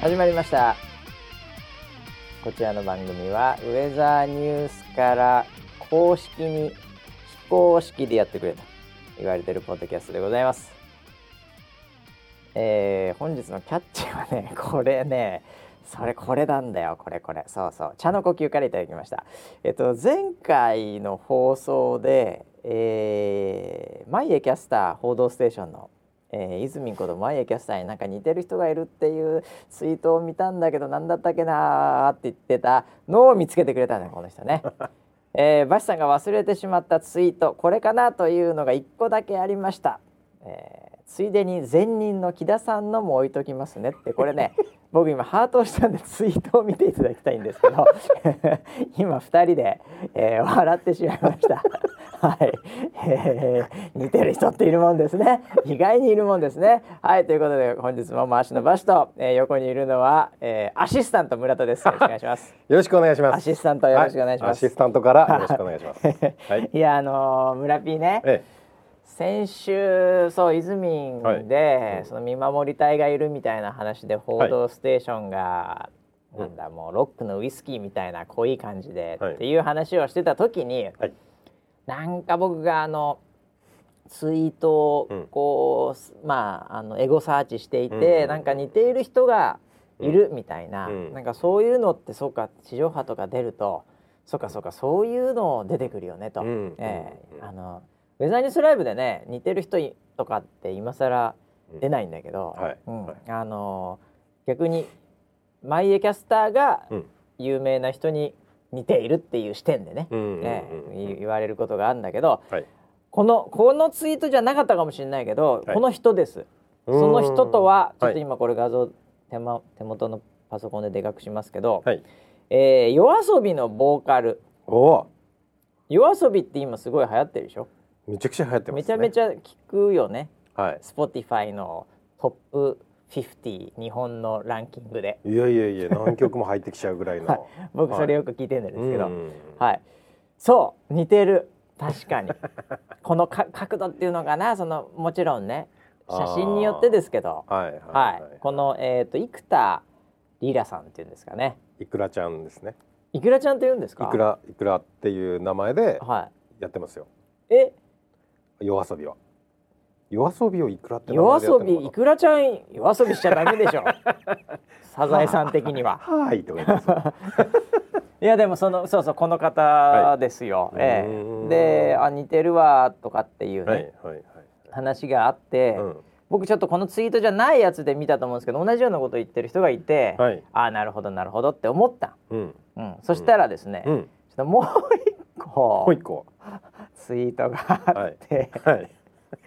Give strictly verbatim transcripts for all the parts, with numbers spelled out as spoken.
始まりました。こちらの番組はウェザーニュースから公式に非公式でやってくれと言われているポッドキャストでございます。えー、本日のキャッチはね、これね、それこれなんだよ、これこれ、そうそう、茶の呼吸からいただきました。えっと前回の放送で、えー、マイエキャスター報道ステーションのえー、イズミンことマイエキャスターになんか似てる人がいるっていうツイートを見たんだけど、なんだったっけなーって言ってたのを見つけてくれたんだよ、この人ね。えー、バシさんが忘れてしまったツイート、これかなというのがいっこだけありました。えー、ついでに前任の木田さんのも置いときますねって、これね僕今ハートをしたんでツイートを見ていただきたいんですけど今ふたりで、えー、笑ってしまいましたはい、えー、似てる人っているもんですね。意外にいるもんですね。はい、ということで本日も回しのバシと、えー、横にいるのは、えー、アシスタント村田です。よろしくお願いします。 よろしくお願いします。 アシスタントよろしくお願いします。はい、アシスタントからよろしくお願いします。はい、 いやあのー、村 P ね、ええ、先週そうイズミンで、はい、その見守り隊がいるみたいな話で報道ステーションが、はい、なんだもうロックのウイスキーみたいな濃い感じで、はい、っていう話をしてた時に、はい、なんか僕があのツイートをこう、うん、まああのエゴサーチしていて、うんうん、なんか似ている人がいるみたいな、うん、なんかそういうのってそうか地上波とか出るとそうかそうかそういうの出てくるよねと、うん、えー、あのウェザーニュースライブでね似てる人とかって今更出ないんだけど、うんはいうんはい、あの逆にマイエキャスターが有名な人に似ているっていう視点でね、うんね言われることがあるんだけど、はい、このこのツイートじゃなかったかもしれないけど、はい、この人です。その人とはちょっと今これ画像手, 間手元のパソコンででかくしますけど、はい、えー、YOASOBIのボーカル、お YOASOBIって今すごい流行ってるでしょ。 めちゃくちゃ流行ってますね。 めちゃめちゃ聞くよね、はい、Spotify のトップごじゅう日本のランキングで。 いやいやいや何曲も入ってきちゃうぐらいの、はい、 僕それよく聞いてるんですけど、はい、はい、そう似てる、確かにこのか角度っていうのかな、そのもちろんね写真によってですけど、はいはいはいはい、この、えーと、生田リラさんっていうんですかね。 いくらちゃんですね。 いくらちゃんって言うんですか。 いくらいくらっていう名前でやってますよ、 はい、え YOASOBIはYOASOBIをいくらって名前でやってるのかな。YOASOBIいくらちゃんYOASOBIしちゃダメでしょサザエさん的にははいとか言っていやでもそのそうそうこの方ですよ、はい、ええ、であ似てるわとかっていうね、はいはいはい、話があって、うん、僕ちょっとこのツイートじゃないやつで見たと思うんですけど、同じようなことを言ってる人がいて、はい、あなるほどなるほどって思った、うんうん、そしたらですね、うん、ちょっともう一個もう一個ツイートがあって、はいはい、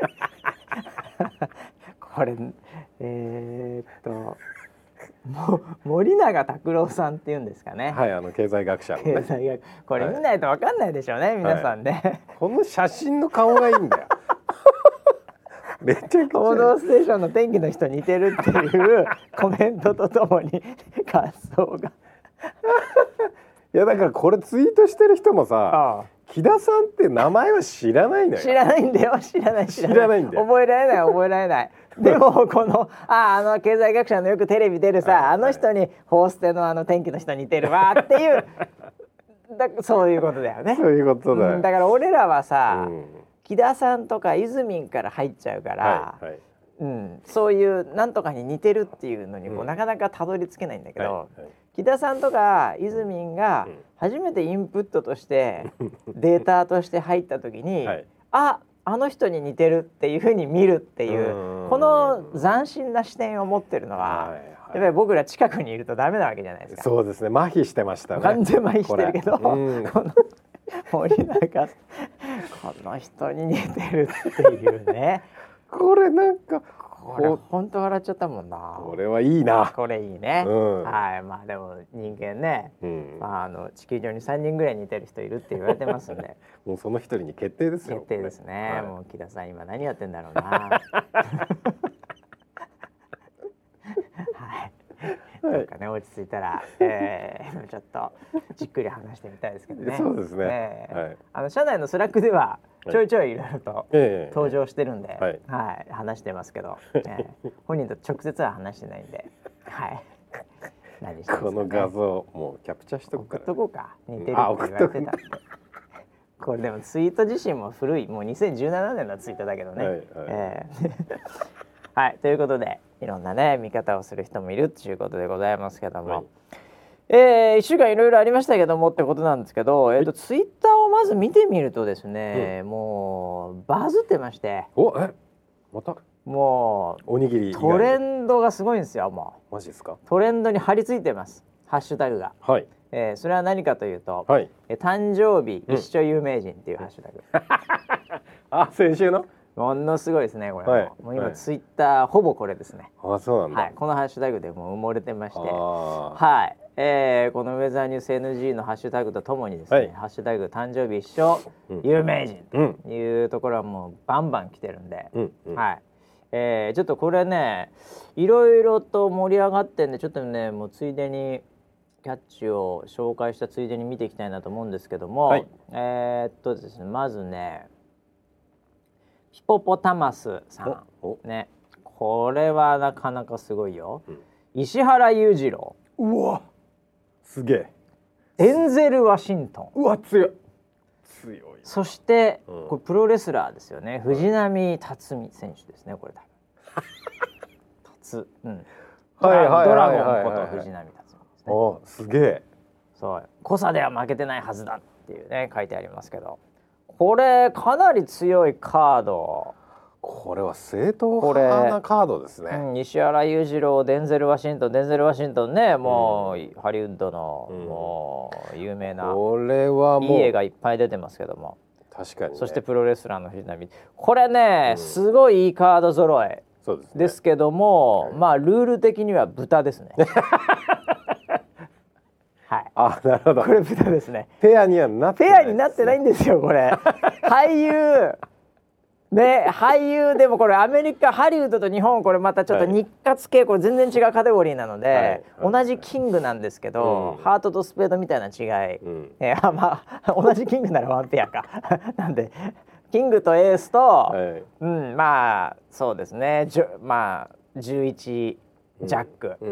これえー、っとも森永卓郎さんっていうんですかね。 はい、あの経済学者のね。経済学これ見ないと分かんないでしょうね、はい、皆さんね、はい、 この写真の顔がいいんだよめちゃくちゃ報道ステーションの天気の人似てるっていうコメントとともに感想がいやだからこれツイートしてる人もさ、ああ木田さんって名前は知らないのよ。 知らないんだよ、知らない知らない知らないんだよ。 覚えられない覚えられないでもこのああの経済学者のよくテレビ出るさ、はい、あの人にホーステのあの天気の人似てるわっていうだそういうことだよね。 そういうことだよ、 うん、だから俺らはさ、うん、木田さんとかイズミンから入っちゃうから、はいはい、うん、そういうなんとかに似てるっていうのにこう、うん、なかなかたどり着けないんだけど、はいはい、木田さんとかイズミンが初めてインプットとしてデータとして入った時に、はい、ああの人に似てるっていう風に見るっていうこの斬新な視点を持ってるのは、はいはい、やっぱり僕ら近くにいるとダメなわけじゃないですか。 そうですね、麻痺してましたね。 完全麻痺してるけど、この森永この人に似てるっていうねこれなんかこれ本当笑っちゃったもんな。 これはいいな。 これいいね、うん、はい。まあでも人間ね、うん、まあ、あの地球上にさんにんぐらい似てる人いるって言われてますんでもうその一人に決定ですよ。 決定ですね、はい、もう木田さん今何やってんだろうなはいなんかね落ち着いたら、えー、ちょっとじっくり話してみたいですけどね。 そうですね、 えーはい、あの社内のスラックではちょいちょいいろいろと登場してるんで、はい、はい、話してますけど、えー、本人と直接は話してないんで、はい、 何してるんですかね。 この画像もうキャプチャーしとくから、 送っとこうか。似てるって言われてたんで。これでもツイート自身も古い、もうにせんじゅうななねんのツイートだけどね。はい、はいえーはい、ということでいろんなね見方をする人もいるっていうことでございますけども、はい、えー、いっしゅうかんいろいろありましたけどもってことなんですけど、えーと、ツイッターをまず見てみるとですね、うん、もうバズってまして。 おえまたもうおにぎりトレンドがすごいんですよ。もうマジですか。 トレンドに張り付いてますハッシュタグが。はい、えー、それは何かというと、はい、え誕生日一緒有名人っていうハッシュタグ、 うん、あ先週のものすごいですねこれも、はい、もう今、はい、ツイッターほぼこれですね。 あそうなんだ、 はい、このハッシュタグでもう埋もれてまして、はい、えー、このウェザーニュース エヌジー のハッシュタグとともにですね、はい、ハッシュタグ誕生日一緒、うん、有名人というところはもうバンバン来てるんで、うんうん、はい、えー、ちょっとこれねいろいろと盛り上がってんでちょっとねもうついでにキャッチを紹介したついでに見ていきたいなと思うんですけども、はい、えー、っとですねまずねヒポポタマスさんね、これはなかなかすごいよ、うん、石原裕次郎、 うわすげえ、 デンゼル・ワシントン、うわ強い強い、 そして、うん、これプロレスラーですよね、藤波辰巳選手ですねこれ多分辰、うん、ドラゴンこと藤波辰巳ですね。 おすげえ、 そう濃さでは負けてないはずだっていうね書いてありますけど、これかなり強いカード、 これは正統派なカードですね、 うん、石原裕次郎、デンゼル・ワシントン、デンゼル・ワシントンねもう、うん、ハリウッドの、うん、もう有名なこれはもういい絵がいっぱい出てますけども、 確かに、ね、 そしてプロレスラーの藤波、これね、うん、すごいいいカード揃いそうですね、 ですけども、はい、まあルール的には豚ですねはい、 あなるほど、 これ豚ですね。 ペアにはなってない、 ペアになってないんですよこれ俳優ね、俳優でもこれアメリカハリウッドと日本これまたちょっと日活系、これ全然違うカテゴリーなので、はい、同じキングなんですけど、うん、ハートとスペードみたいな違い、うん、えー、まあ同じキングならワンペアかなんでキングとエースと、はい、うん、まあそうですねじゅまあじゅういちジャック、うんうん、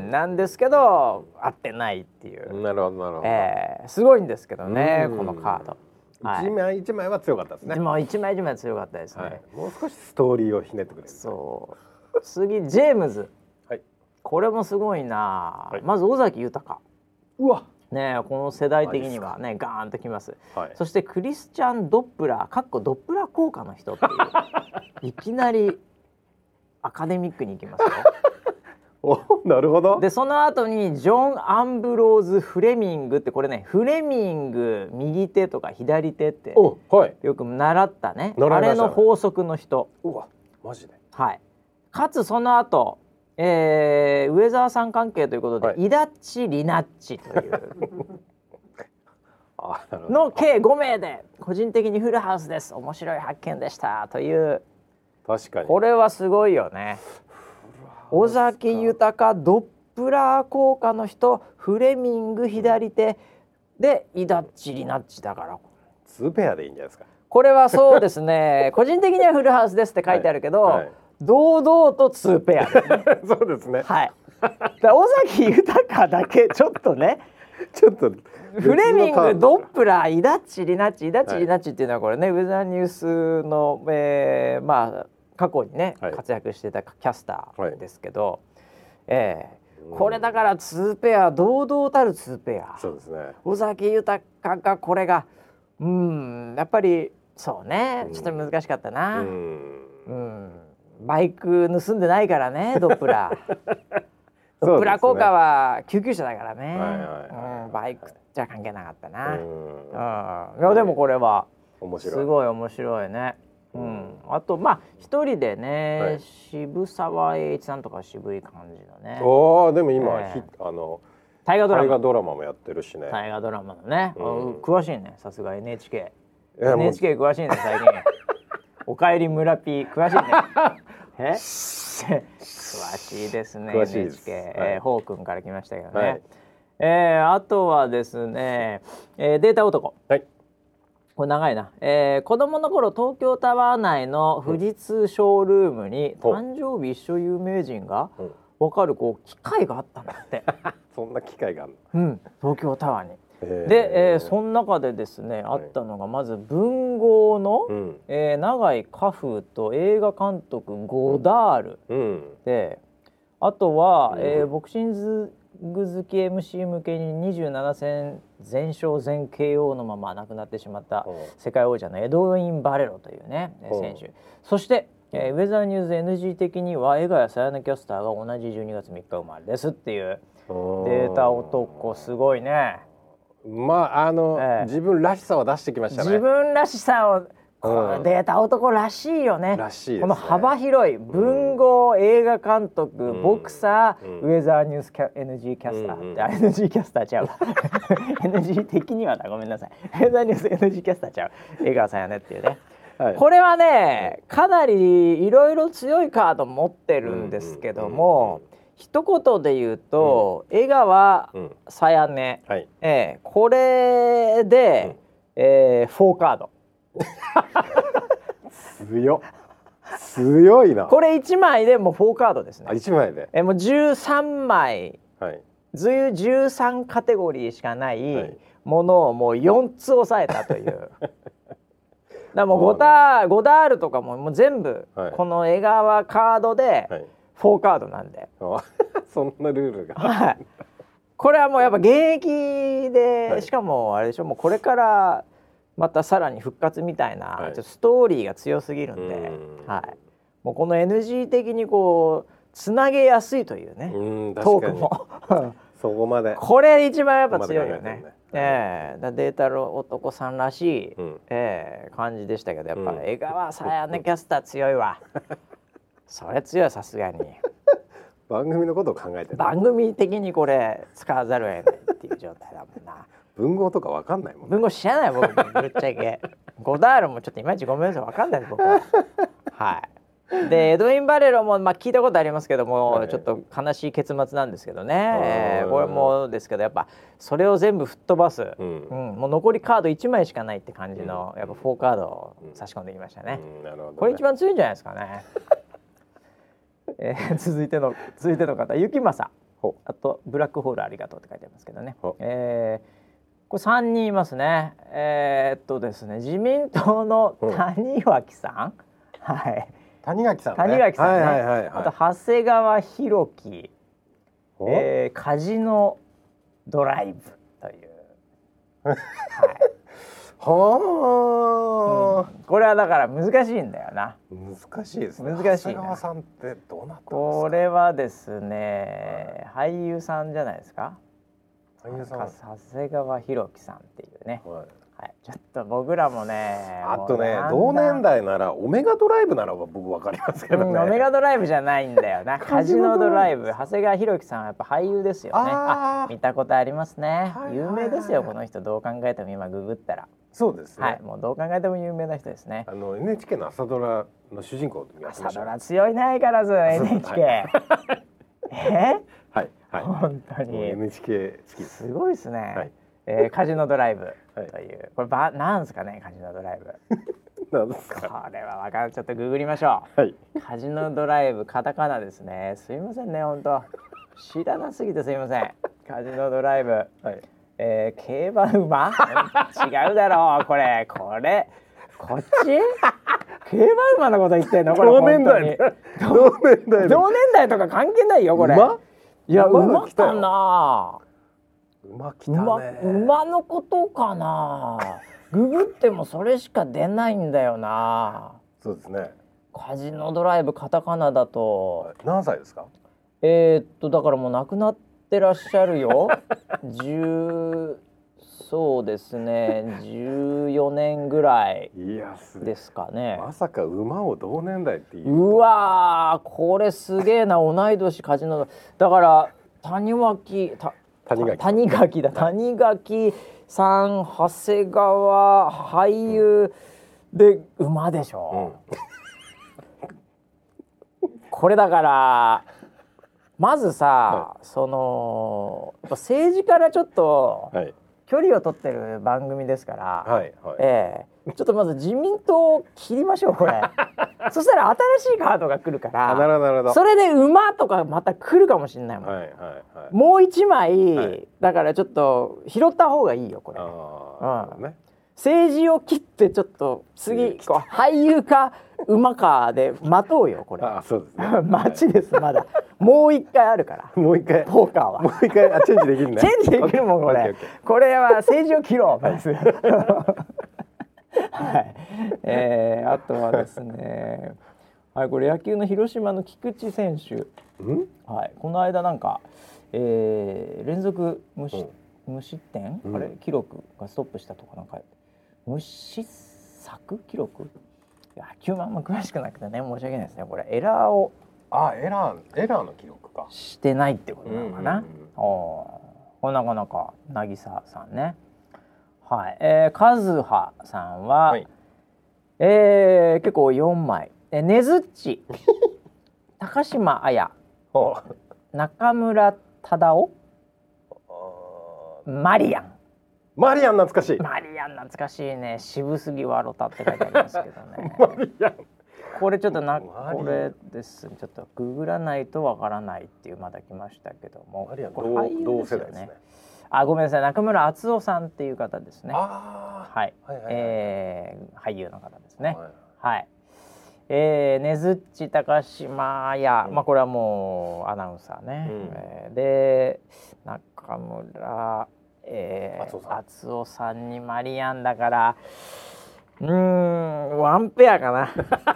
なんですけど合ってないっていう、 なるほどなるほど、 えー、すごいんですけどね、このカード一枚一枚は強かったですね。 もう一枚一枚強かったですね、はい、 もう少しストーリーをひねってくれる。 そう次ジェームズ、はい、これもすごいな、はい、まず尾崎豊、 うわね、この世代的にはねガーンときます、はい、そしてクリスチャン・ドップラーかっこドップラー効果の人っていういきなりアカデミックに行きますよおなるほど。 でその後にジョン・アンブローズ・フレミングって、これねフレミング右手とか左手ってよく習ったね、はい、あれの法則の人。 うわマジで。 はい。かつその後、えー、ウェザーさん関係ということで、はい、イダッチ・リナッチというあなるほどの計ごめいで個人的にフルハウスです面白い発見でしたという。 確かにこれはすごいよね。尾崎豊、ドップラー効果の人、フレミング左手でイダッチリナッチだからツーペアでいいんじゃないですか。 これはそうですね個人的にはフルハウスですって書いてあるけど、はいはい、堂々とツーペアですねそうですね、 はい、だ尾崎豊だけちょっとねちょっとフレミング、ドップラー、イダッチリナッチ、イダッチリナッチっていうのはこれね、はい、ウェザーニュースの、えー、まあ過去にね、はい、活躍してたキャスターですけど、はい、えー、これだからツーペア堂々たるツーペア。 そうですね。 尾崎豊がこれがうんやっぱりそうね、ちょっと難しかったな。うん、うん、バイク盗んでないからねドップラー。ドップラー効果は救急車だからね。はいはいはい、うん、バイクじゃ関係なかったな。うん、いやでもこれはすごい面白いね。うん、あとまあ一人でね、はい、渋沢栄一さんとか渋い感じだね。 ああでも今、えー、あの大河ドラマ、 ドラマもやってるしね。 大河ドラマのね、うん、詳しいねさすが エヌエイチケー。エヌエイチケー 詳しいね最近。おかえり村 P 詳しいね。え詳しいですね。 詳しいですエヌエイチケー、はい、えー、ホー君から来ましたけどね。はい、えー、あとはですね、えー、データ男。はい。これ長いな、えー、子供の頃東京タワー内の富士通ショールームに誕生日一緒有名人が分かるこう機械があったんだってそんな機械があるの、うん、東京タワーに。で、えー、その中でですね、あったのがまず文豪の、うん、えー、永井荷風と映画監督ゴダール、うん、であとは、うんえー、ボクシング好き エムシー 向けににじゅうなな戦全勝全ケーオー のまま亡くなってしまった世界王者のエドウィン・バレロというね、うん、選手、そして、えー、ウェザーニューズ エヌジー 的には江川さやねキャスターが同じじゅうにがつみっか生まれですっていうデータ男、すごいね。 まああの、えー、自分らしさを出してきましたね。 自分らしさを、このデータ男らしいよね。 らしいですね。 この幅広い文豪、うん、映画監督、うん、ボクサー、うん、ウェザーニュースキャ エヌジー キャスター、うんうん、エヌジー キャスターちゃうエヌジー 的にはだ、ごめんなさい。ウェザーニュース エヌジー キャスターちゃう江川さんやねっていうね、はい、これはねかなりいろいろ強いカード持ってるんですけども、うんうんうん、一言で言うと、うん、江川さやね、はい、えー、これで、うん、えー、フォーカード強強いな。 これいちまいでもうフォーカードですね。 あいちまいで、 えー、もうじゅうさんまい、はい、じゅうさんカテゴリーしかないものをもうよっつ抑えたというだもうゴダー、ゴダールとかももう全部この江川カードでフォーカードなんで、 はい、そんなルールが、 はい、これはもうやっぱ現役で、はい、しかもあれでしょ、もうこれからまたさらに復活みたいな、はい、ちょっとストーリーが強すぎるんで、ん、はい、もうこの エヌジー 的にこうつなげやすいというね、うんトークもそこまでこれ一番やっぱ強いよね。えー、だデータの男さんらしい、うん、えー、感じでしたけど、やっぱ、うん、江川さやねキャスター強いわそれ強い、さすがに番組のことを考えてる、 番組的にこれ使わざるを得ないっていう状態だもんな文豪とかわかんないもん、ね、 文豪知らない僕ぶっちゃけゴダールもちょっといまいちごめんなさいわかんないです僕ははいでエドウィン・バレロも、まあ、聞いたことありますけども、はい、ちょっと悲しい結末なんですけどね、えー、これもですけどやっぱそれを全部吹っ飛ばす、うんうん、もう残りカードいちまいしかないって感じの、うん、やっぱフォーカードを差し込んできましたね、うんうん、なるほどね、これ一番強いんじゃないですかね、えー、続いての続いての方、雪政、あとブラックホールありがとうって書いてありますけどね、えーこれさんにんいますね。えー、っとですね、自民党の谷脇さん、うん、はい。 谷垣さんね。 谷垣さんね。はいはいはいはい、あと長谷川博己、えー、カジノドライブという。はい。はあ、うん、これはだから難しいんだよな。 難しいですね。 難しい。 長谷川さんってどうなったんですか。 これはですね、はい、俳優さんじゃないですか。長谷川博己さんっていうね、はいはい、ちょっと僕らもね、 あとね同年代ならオメガドライブならば僕分かりますけどね、うん、 オメガドライブじゃないんだよなカジノドライブ、長谷川博己さんはやっぱ俳優ですよね。あ、見たことありますね、はいはいはい、有名ですよこの人、どう考えても今ググったら。 そうですね、 はい、もうどう考えても有名な人ですね。 あの エヌエイチケー の朝ドラの主人公やってました。 朝ドラ強いな相変わらず エヌエイチケー、はい、えはいはい、 本当にエヌエイチケー 好きです。 すごいですね、はい、えー、カジノドライブという、はい、こればなんですかね、カジノドライブなんですか。 これは分かる、ちょっとググりましょう、はい、カジノドライブカタカナですね。すいませんね本当知らなすぎてすいません。カジノドライブ、はい、えー、競馬馬違うだろうこれこれこっち競馬馬のこと言ってんのこれ。 同年代同年代同年代とか関係ないよこれ。馬いや馬かな、 馬来たね。 馬、馬のことかなググってもそれしか出ないんだよな。 そうですね。 カジノドライブカタカナだと何歳ですか。 えー、っとだからもう亡くなってらっしゃるよじゅうそうですねじゅうよねんぐらいですかね。 まさか馬を同年代っていう。 うわーこれすげえな同い年カジノだから谷脇た谷垣谷垣だ谷垣さん長谷川俳優、うん、で馬でしょ、うん、これだからまずさ、はい、その政治からちょっと、はい、 距離を取ってる番組ですから、 はいはい、 えー、ちょっとまず自民党を切りましょうこれそしたら新しいカードが来るからなるほどなるほど、 それで馬とかまた来るかもしれないもん、はいはいはい、もう一枚、はい、だからちょっと拾った方がいいよこれ。あ、うん、ね、政治を切ってちょっと次こう俳優か馬かで待とうよこれ。 あ、そうですね待ちです、まだもう一回あるからもう一回ポーカーはもう一回あチェンジできるねチェンジできるもんこれこれは政治を切ろうまずはい、えー、あとはですね、はい、これ野球の広島の菊池選手、はい、この間なんか、えー、連続無失、うん、無失点、うん、あれ記録がストップしたとかなんか無失策記録、野球もあんま詳しくなくてね申し訳ないですね。これエラーをあエラーエラーの記録かしてないってことなのかな。うんうんうん、おこれなかなか渚さんね。はい、えー、和葉さんは、はい、えー、結構よんまい、えー、ねずっち高島彩中村忠夫マリアンマリアン懐かしいマリアン懐かしいね。渋杉わろたって書いてありますけどねマリアンこれちょっとなこれですちょっとググらないとわからないっていうまだ来ましたけども、 マリアンこれ俳優ですよね。同世代ですね。 あ、ごめんなさい、中村敦夫さんっていう方ですね。 あ、 はい、はいはいはい、えー、俳優の方ですね。はい、はい、えー、ねずっち高島屋、うん、まあこれはもうアナウンサーね。うん、えー、で中村、えー、敦夫さんにマリアンだから、うーんワンペアかな。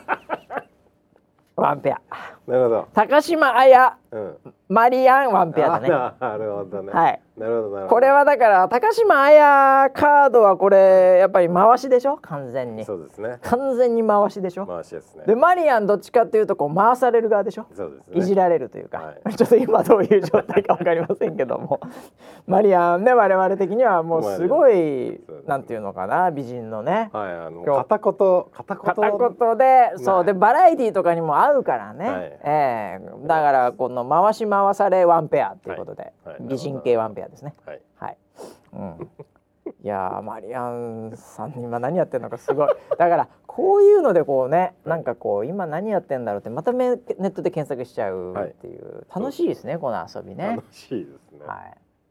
ワンペア。 なるほど。 高島彩、うん、マリアンワンペアだね。 なるほどね。 はい。 なるほどなるほど。 これはだから高島彩カードはこれやっぱり回しでしょ完全に。 そうですね。 完全に回しでしょ。 回しですね。 でマリアンどっちかっていうとこう回される側でしょ。 そうですね。 いじられるというか、はい、ちょっと今どういう状態かわかりませんけども、マリアンね我々的にはもうすごいなんていうのかな美人のね。 はい、あの片言片言片言でそうでバラエティーとかにも合うからね。はい、ええー、だからこの回し回されワンペアっていうことで、はいはい、美人系ワンペアですね。はい、はい、うん、いやマリアンさん今何やってるのかすごい。だからこういうのでこうね、なんかこう今何やってんだろうってまたネットで検索しちゃうっていう、はい、楽しいですねこの遊びね。 楽しいですね。 はい、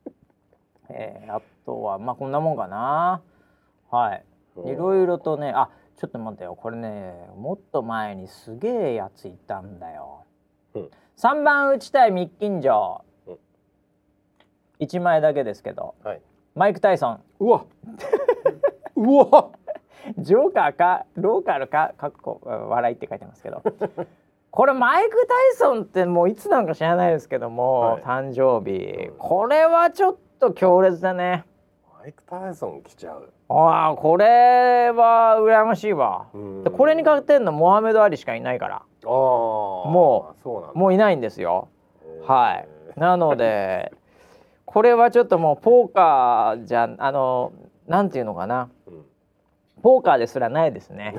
えー、あとはまあこんなもんかな。はい、いろいろとね、あちょっと待ってよこれねもっと前にすげえやついたんだよ。うん、さんばん打ちたい密近所、うん、いちまいだけですけど、はい、マイク・タイソン。 うわうわジョーカーかローカルかかっこ笑いって書いてますけどこれマイク・タイソンってもういつなんか知らないですけども、はい、誕生日、うん、これはちょっと強烈だね。 マイク・タイソン来ちゃう。 ああこれは羨ましいわ。でこれに勝てんのモハメド・アリしかいないから。あもうそうなんだ。もういないんですよ。はい。なのでこれはちょっともうポーカーじゃあのなんていうのかな、うん、ポーカーですらないですね。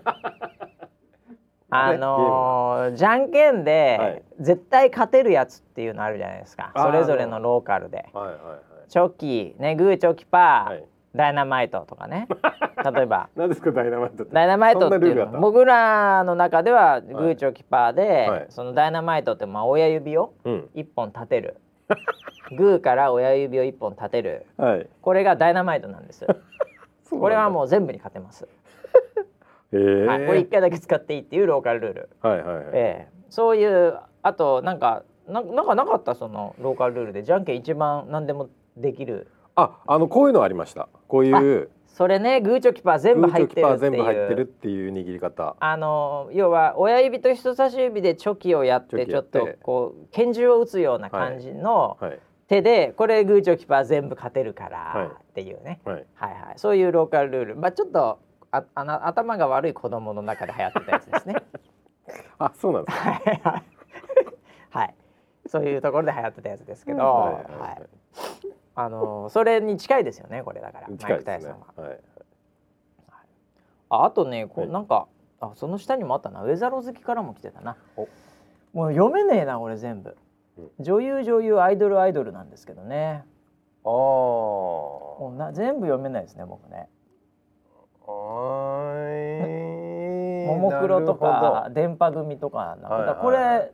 あのー、じゃんけんで絶対勝てるやつっていうのあるじゃないですか、はい、それぞれのローカルで、はいはいはい、チョキねグーチョキパー、はい、ダイナマイトとかね。例えば何ですかダイナマイトって。 ダイナマイトっていうの僕らの中ではグーチョキパーで、はい、そのダイナマイトってまあ親指をいっぽん立てる、うん、グーから親指をいっぽん立てる、はい、これがダイナマイトなんです。これはもう全部に勝てます。えーはい、これいっかいだけ使っていいっていうローカルルール、はいはいはい、えー、そういうあとなんか な, なんかなかったそのローカルルールでじゃんけん一番何でもできる。 あ、あのこういうのありました。こういうそれねグーチョキパー全部入ってるっていう、 全部入ってるっていう握り方。 あの要は親指と人差し指でチョキをやってちょっとこう拳銃を撃つような感じの手で、はいはい、これグーチョキパー全部勝てるからっていうね、はい、はいはいそういうローカルルール。まあちょっとああの頭が悪い子供の中で流行ってたやつですね。 あ、そうなんですか。 はいはい、そういうところで流行ってたやつですけど、はいはいはい、あのそれに近いですよねこれだから、マイク・タイソンは。はいはい、あ, あとねこう、はい、なんかあその下にもあったな、ウェザロ好きからも来てたな。もう読めねえな俺全部、うん、女優女優アイドルアイドルなんですけどね。 もうな全部読めないですね僕ね。 ももクロとか電波組とかなんか、はいはいはい、これ、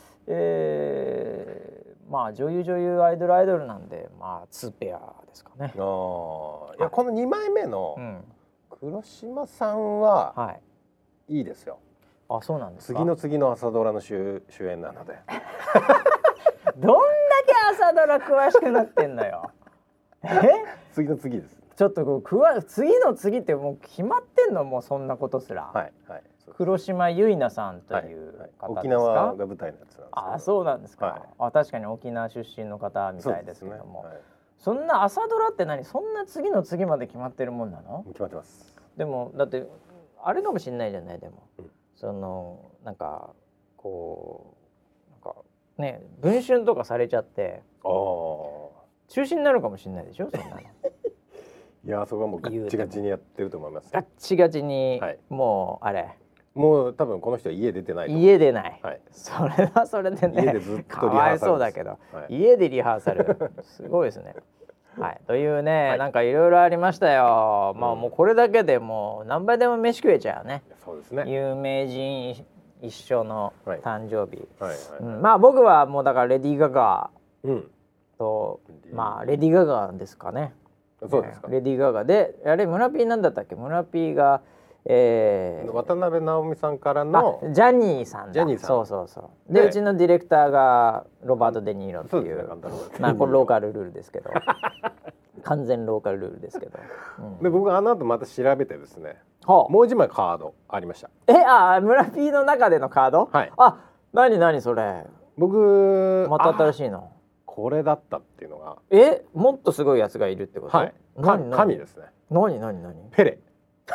えー、まあ女優女優アイドルアイドルなんでまあツーペアですかね。 あいやこのにまいめの黒島さんは、はい、いいですよ。 あ、そうなんですか。 次の次の朝ドラの 主, 主演なのでどんだけ朝ドラ詳しくなってんのよえ次の次です。 ちょっとこうくわ次の次ってもう決まってんのもうそんなことすら。 はいはい。 黒島結菜さんという方ですか。はいはい、 沖縄が舞台のやつなんですけど。 あ、そうなんですか。はい、あ、確かに沖縄出身の方みたいですけども。 そ,、ねはい、そんな朝ドラって何そんな次の次まで決まってるもんなの？ 決まってます。でもだってあれかもしれないじゃないでも、うん、そのなんかこうなんかね文春とかされちゃってあ中止になるかもしれないでしょそんなのいやそこはもうガッチガチにやってると思います。 ガッチガチに、はい、もうあれもう多分この人は家出てないと。 家出ない、 はい、 それはそれでね家でずっとリハーサルかわいそうだけど、はい、家でリハーサルすごいですねはい、というね、はい、なんかいろいろありましたよ、うん、まあもうこれだけでもう何杯でも飯食えちゃうね。 そうですね。 有名人一緒の誕生日、 はいはいはいはい、 うん、まあ僕はもうだからレディー・ガガと、 うん、 まあレディー・ガガですかね。 そうですか。 レディー・ガガであれ村 P なんだったっけ。村 P が、えー、 渡辺直美さんからのジャニーさんだ。 ジャニーさんそうそうそうで、ね、うちのディレクターがロバート・デ・ニーロっていう、まあこれローカルルールですけど完全ローカルルールですけど、 うん、で僕あの後また調べてですね、 はあ、 もう一枚カードありました。 えあ村 P の中でのカード。 はい。 あ何何それ僕また新しいのこれだったっていうのがえもっとすごいやつがいるってこと。 はい神ですね。 何何何ペレ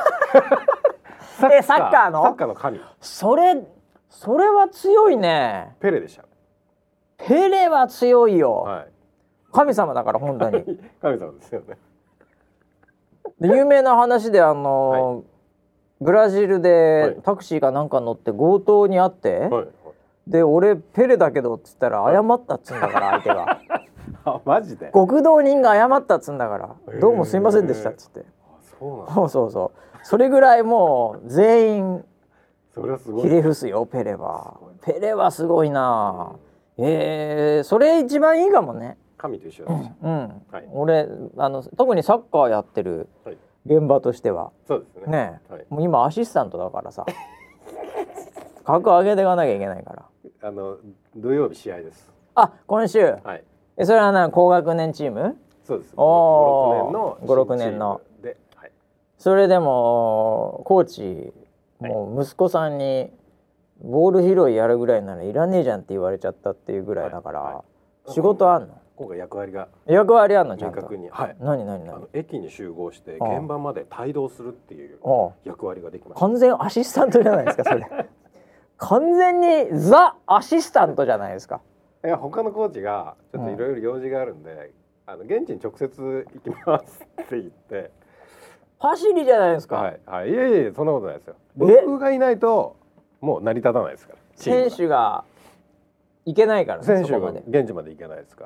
えサッカーのサッカーの神。 それそれは強いね。 ペレでした。 ペレは強いよ、 はい、 神様だから本当に神様ですよね。 で有名な話であの、はい、ブラジルでタクシーかなんか乗って強盗にあって、はいはい、で俺ペレだけどっつったら謝ったっつうんだから相手があマジで極道人が謝ったっつんだからどうもすいませんでしたっつって。 そうなんだ。 そうそうそうそれぐらいもう全員それはすごいひれ伏すよペレは。ペレはすごいな。えー、それ一番いいかもね。 神と一緒です。 うん、うんはい、俺あの特にサッカーやってる現場としては、 はい、そうですね。 ね、 はい、 もう今アシスタントだからさ格上げていかなきゃいけないから。 あの土曜日試合です。 あ今週。はい。えそれはな高学年チーム？ そうです。 おごろくねんのごろくねんので、はい、 それでもコーチもう息子さんにボール拾いやるぐらいならいらねえじゃんって言われちゃったっていうぐらいだから、はいはい、仕事あんの？ 今回役割が役割あんのちゃんと？ 明確に、はい、 何何何？ あの駅に集合して現場まで帯同するっていう役割ができました。 完全アシスタントじゃないですかそれ完全にザ・アシスタントじゃないですか。 いや他のコーチがちょっといろいろ用事があるんで、うん、あの現地に直接行きますって言って走りじゃないですか。 はい、はい、いやいやそんなことないですよ。僕がいないともう成り立たないですから。 選手が行けないから、ね、 選手が現地まで行けないですから。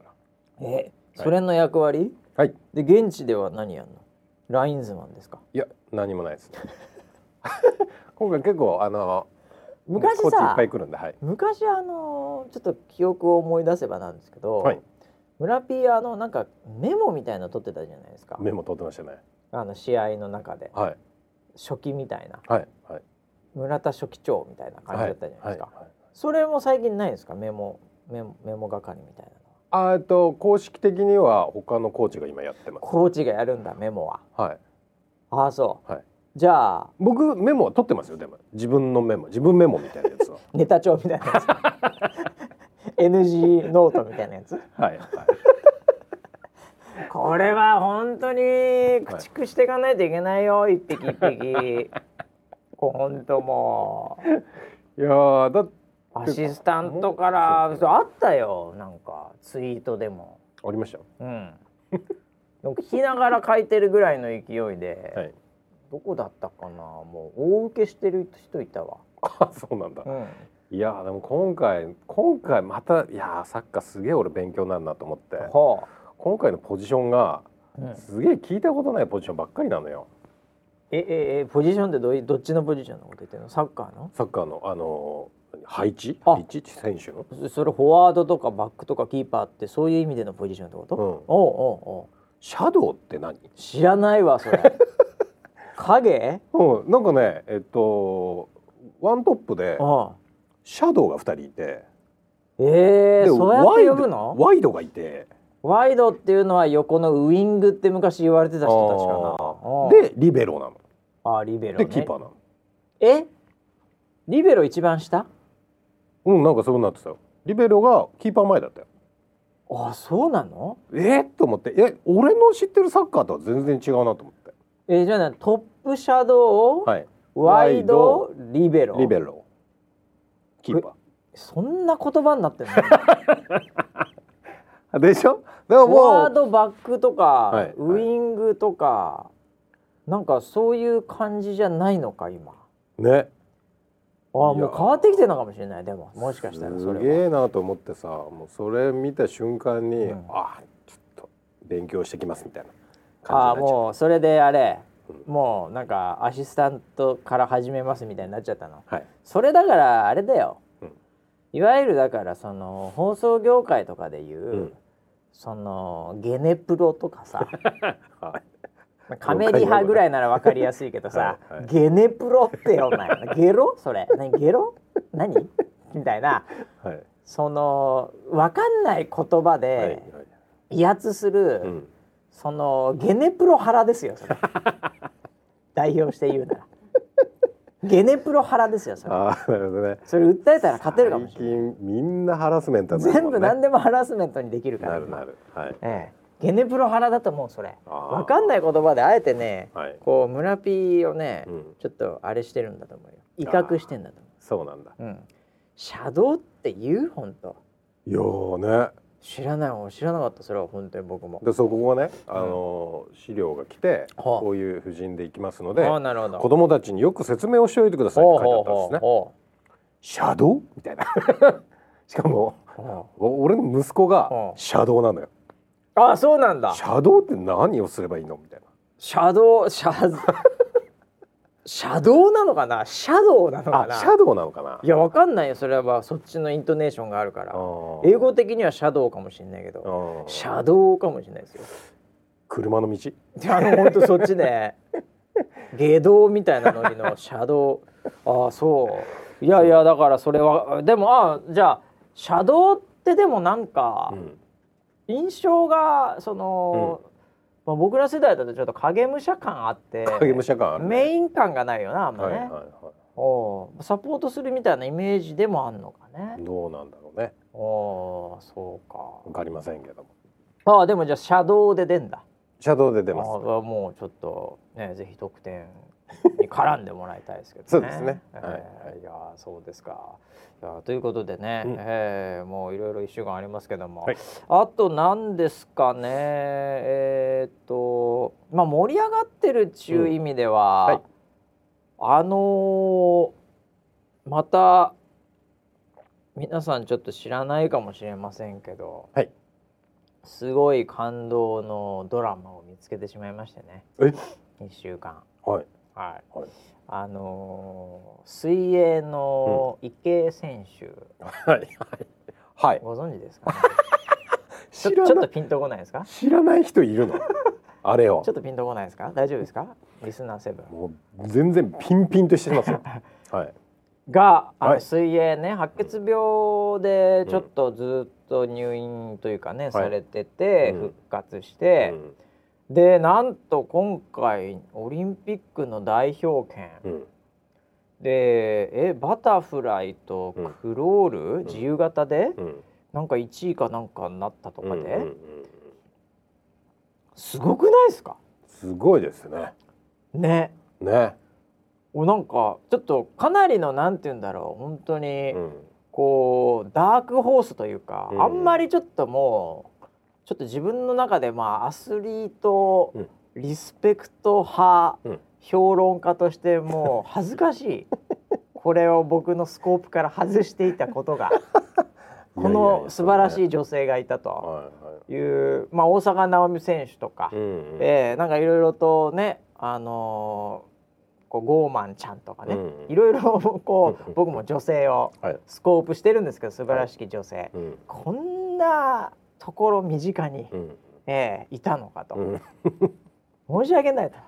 え、はい、それの役割？ はい。 で現地では何やんの？ラインズマンですか？ いや何もないですね今回結構あの昔さコーチいっぱい来るんで、はい、 昔あのちょっと記憶を思い出せばなんですけど、はい、村 P あのなんかメモみたいなの取ってたじゃないですか。 メモ取ってましたね。 あの試合の中で、 はい、 初期みたいな、 はいはい、 村田書記長みたいな感じだったじゃないですか、 はいはいはい、 それも最近ないですか？メモメモ、メモ係みたいなのは。あと公式的には他のコーチが今やってます。 コーチがやるんだメモは。 はい。 ああそう、 はい、 じゃあ僕メモは取ってますよ。でも自分のメモ自分メモみたいなやつはネタ帳みたいなやつエヌジー ノートみたいなやつはい、はいこれは本当に駆逐していかないといけないよ、はい、一匹一匹こう本当もういやだアシスタントからそうあったよ。なんかツイートでもありました。 うん聞きながら書いてるぐらいの勢いで、はい、どこだったかな、もう大受けしてる人いたわ。 あそうなんだ、うん、いやでも今回今回またいやサッカーすげえ俺勉強になるなと思って、はあ、 今回のポジションが、うん、すげえ聞いたことないポジションばっかりなのよ。 えええポジションってどどっちのポジションのこと言ってるの？サッカーの？ サッカーのあの配置配置選手の？ それフォワードとかバックとかキーパーってそういう意味でのポジションってこと？うん、おうおうおう。 シャドウって何？ 知らないわそれ。影？ うん、なんかねえっとワントップでシャドウがふたりいて、 えー、そうやって呼ぶの？ ワイドがいて、 ワイドっていうのは横のウイングって昔言われてた人たちかな。でリベロなの。 あ、リベロね。 でキーパーなの。 え？リベロ一番下？ うん、なんかそうなってたよ。リベロがキーパー前だったよ。 あ、そうなの？ えー、と思って、え、俺の知ってるサッカーとは全然違うなと思って。 えー、じゃあね、トップシャドウ、はい、ワイド、リベロ、 リベロ、キーパー。 そんな言葉になってるの？でしょ？でももうフォワード、バックとか、はい、ウイングとか、はい、なんかそういう感じじゃないのか今。 ね。 あ、もう変わってきてるのかもしれない。でももしかしたらそれはすげえなと思ってさ、もうそれ見た瞬間に、うん、あ、ちょっと勉強してきますみたいな感じになっちゃう。 あ、もうそれであれ、うん、もうなんかアシスタントから始めますみたいになっちゃったの。はい、それだからあれだよ。うん、いわゆるだからその放送業界とかでいう、うん、そのゲネプロとかさ。はい、カメリハぐらいなら分かりやすいけどさ、はいはい、ゲネプロってお前ゲロそれ何ゲロ何みたいな、はい、その分かんない言葉で威圧する、はいはい、そのゲネプロ腹ですよそれ代表して言うならゲネプロ腹ですよそれ。あ、なるほどね。それ訴えたら勝てるかもしれない。 最近みんなハラスメントになるもんね。 全部何でもハラスメントにできるから。 なるなる、はい、 ええ、ゲネプロ腹だと思うそれ。分かんない言葉であえてね、はい、こう村ピーをね、うん、ちょっとあれしてるんだと思うよ。威嚇してんだと思う。 そうなんだ。 うん。シャドウって言う本当。 いやーね。 知らないもん、知らなかったそれは本当に僕も。 でそこがね、あのー、資料が来て、うん、こういう布陣でいきますので、あ、なるほど、子供たちによく説明をしておいてくださいって書いてあったんですね。ほうほうほう。シャドウみたいな。しかも俺の息子がシャドウなのよ。 あ、そうなんだ。 シャドウって何をすればいいのみたいな。 シャドウ、シャドウシャドウなのかな、シャドウなのかな。 シャドウなのかな。 いや、わかんないよそれは。そっちのイントネーションがあるから。英語的にはシャドウかもしれないけど、シャドウかもしれないですよ。 車の道。 あの本当そっちで下道みたいなノリのシャドウ。ああ、そう。いやいや、だからそれはでも、あ、じゃあシャドウってでもなんか、うん、印象がその、うん、まあ、僕ら世代だとちょっと影武者感あって影武者感ある、ね、 メイン感がないよなあんまね、はいはいはい、おサポートするみたいなイメージでもあんのかね。 どうなんだろうね。 お、そうか、 わかりませんけども。 ああ、でもじゃあシャドウで出んだ。 シャドウで出ます。あ、 もうちょっとね、ぜひ得点に絡んでもらいたいですけどね。 そうですね、 えーはい、いやそうですか。いやということでね、うん、えー、もういろいろいっしゅうかんありますけども、はい、あと何ですかね、えー、っとまあ盛り上がってるっちゅう意味では、うん、はい、あのー、また皆さんちょっと知らないかもしれませんけど、はい、すごい感動のドラマを見つけてしまいましてね。え、いっしゅうかん、はいはい、はい、あのー、水泳の池江選手、うん、はいはいはい、ご存知ですかね。ちょ、ちょっとピンとこないですか。 知らない人いるのあれを。 ちょっとピンとこないですか。大丈夫ですかリスナーセブン。 もう全然ピンピンとしてますよ。はい。 があの水泳ね、白血病でちょっとずっと入院というかね、うん、されてて、復活して、うん、でなんと今回オリンピックの代表権、うん、でえバタフライとクロール、うん、自由形で、うん、なんかいちいかなんかになったとかで、うんうんうん、すごくないですか。 すごいですね。 ね。 ね。 お、なんかちょっとかなりのなんて言うんだろう、本当に、うん、こうダークホースというか、うん、あんまりちょっともうちょっと自分の中でまあアスリート、うん、リスペクト派、うん、評論家としてもう恥ずかしいこれを僕のスコープから外していたことがこの素晴らしい女性がいたという、まあ、大坂なおみ選手とか、うんうん、えー、なんかいろいろとね、あのー、こうゴーマンちゃんとかね、いろいろこう僕も女性をスコープしてるんですけど、素晴らしき女性、はい、うん、こんなところ身近に、うん、えー、いたのかと、うん、申し訳ないと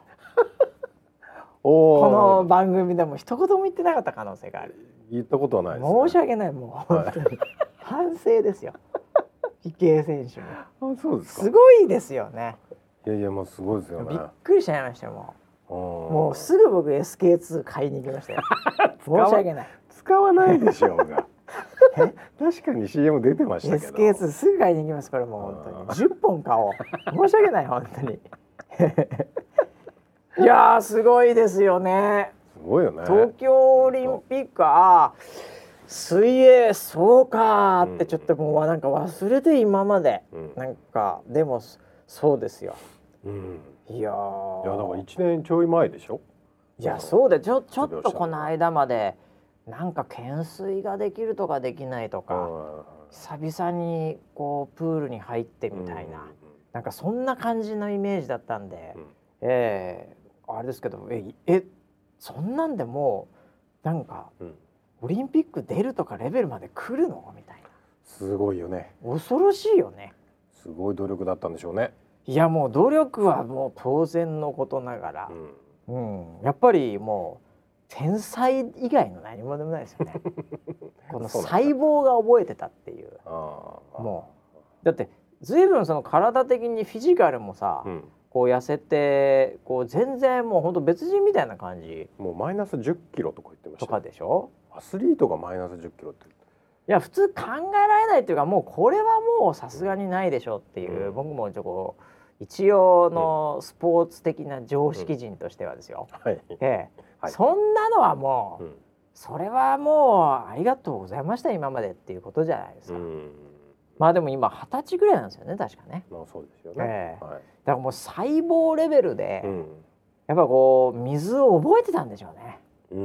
この番組でも一言も言ってなかった可能性がある。 言ったことはないです、 ね、申し訳ない、もう本当に、はい、反省ですよ。池江選手も。 あ、そうですか。 すごいですよね。 いやいや、もうすごいですよね。 びっくりしちゃいましたよ。もうもうすぐ僕 エスケーツー 買いに行きましたよ。申し訳ない。 使わないでしょうが。確かに シーエム 出てましたけど。 エスケーツー すぐ買いに行きます。これもう本当にじゅっぽん買おう。申し訳ない本当に。いやー、すごいですよね。 すごいよね。 東京オリンピック、あー、水泳そうかーってちょっともうなんか忘れて今まで、うん、なんかでもそうですよ、うん、いやー、 いやだからいちねんちょい前でしょ。 いやそうでちょちょっとこの間までなんか懸垂ができるとかできないとか、久々にこうプールに入ってみたいな、うん、なんかそんな感じのイメージだったんで、うん、えー、あれですけど、ええそんなんでもうなんか、うん、オリンピック出るとかレベルまで来るのみたいな。 すごいよね。 恐ろしいよね。 すごい努力だったんでしょうね。 いやもう努力はもう当然のことながら、うんうん、やっぱりもう天才以外の何もでもないですよね。この細胞が覚えてたっていう。あもうだって随分その体的にフィジカルもさ、うん、こう痩せてこう全然もう本当別人みたいな感じ。 もうマイナスじゅっキロとか言ってました、ね、 とかでしょ。 アスリートがマイナスじゅっキロって、いや普通考えられないっていうか、もうこれはもうさすがにないでしょっていう、うん、僕もちょっと一応のスポーツ的な常識人としてはですよ、うん、はい、ええはい、そんなのはもう、うん、それはもうありがとうございました今までっていうことじゃないですか、うん、まあでも今二十歳ぐらいなんですよね確かね。 まあそうですよね、 ええはい、だからもう細胞レベルで、うん、やっぱこう水を覚えてたんでしょうね。うん、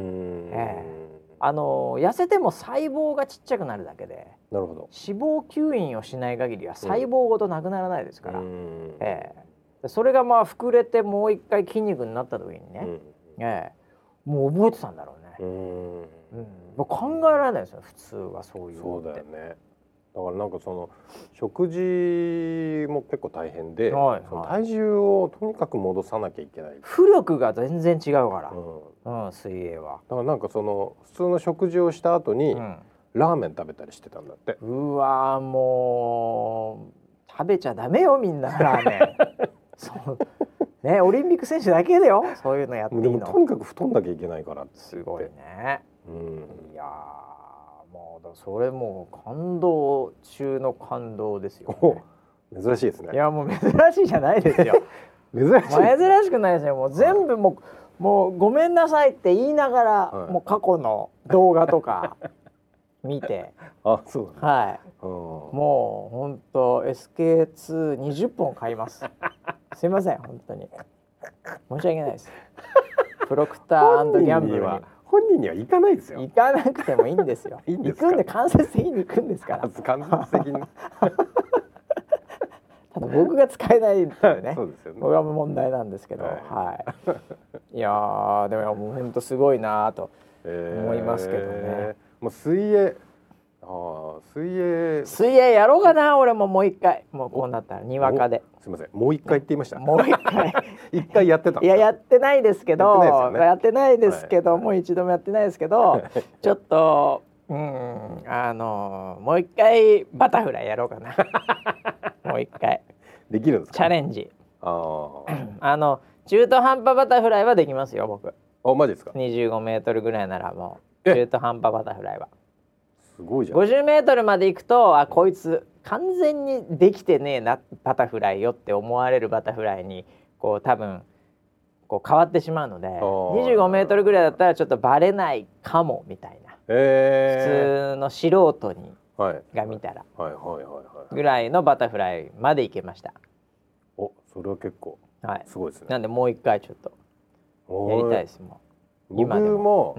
ええあの痩せても細胞がちっちゃくなるだけで、 なるほど、 脂肪吸引をしない限りは細胞ごとなくならないですから、うん、ええ、それがまあ膨れてもう一回筋肉になった時にね、うん、ええ、もう覚えてたんだろうね。うん、うん、考えられないですよ普通はそういうのって。 そうだよね。だからなんかその食事も結構大変で、はいはい、その体重をとにかく戻さなきゃいけない。 浮力が全然違うから、うんうん、水泳は。 だからなんかその普通の食事をした後に、うん、ラーメン食べたりしてたんだって。 うわもう食べちゃダメよみんなラーメン。そうね、オリンピック選手だけだよそういうのやっていいの。 でもとにかく太んなきゃいけないからって。 すごいね。うん、いやもうそれもう感動中の感動ですよ、 ね、珍しいですね。 いやもう珍しいじゃないですよ。 珍しい、 珍しくないですよ。もう全部もう、はい、もうごめんなさいって言いながら、はい、もう過去の動画とか見てあ、そうだね、 はい、うん、もう本当 エスケーツーにじゅっぽん買います。すいません本当に申し訳ないです。プロクター&ギャンブルに本人には行かないですよ。 行かなくてもいいんですよ。いいんですか。行くんで間接的に行くんですから。 間接的に。 ただ僕が使えないっていうね。 そうですよね。 これは問題なんですけど、はい。はい、いやーでももう本当すごいなと思いますけどね。えー、もう水泳、ああ水泳水泳やろうかな俺ももう一回もうこうなったらにわかで。 すみませんもう一回って言いました。 もう一回一回やってた。 いややってないですけどやってないですけど、もう一度もやってないですけどちょっとうんあのもう一回バタフライやろうかな。もう一回できるんですか。 チャレンジ。ああの中途半端バタフライはできますよ僕。 あマジですか。 にじゅうごメートルぐらいならもう中途半端バタフライは。 すごいじゃん。 ごじゅうメートルまで行くとあこいつ完全にできてねえなバタフライよって思われるバタフライにこう多分こう変わってしまうのでにじゅうごメートルぐらいだったらちょっとバレないかもみたいな、えー、普通の素人に、はい、が見たらぐらいのバタフライまで行けました。 おそれは結構すごいですね、 はい、なんでもう一回ちょっとやりたいですもん。 僕も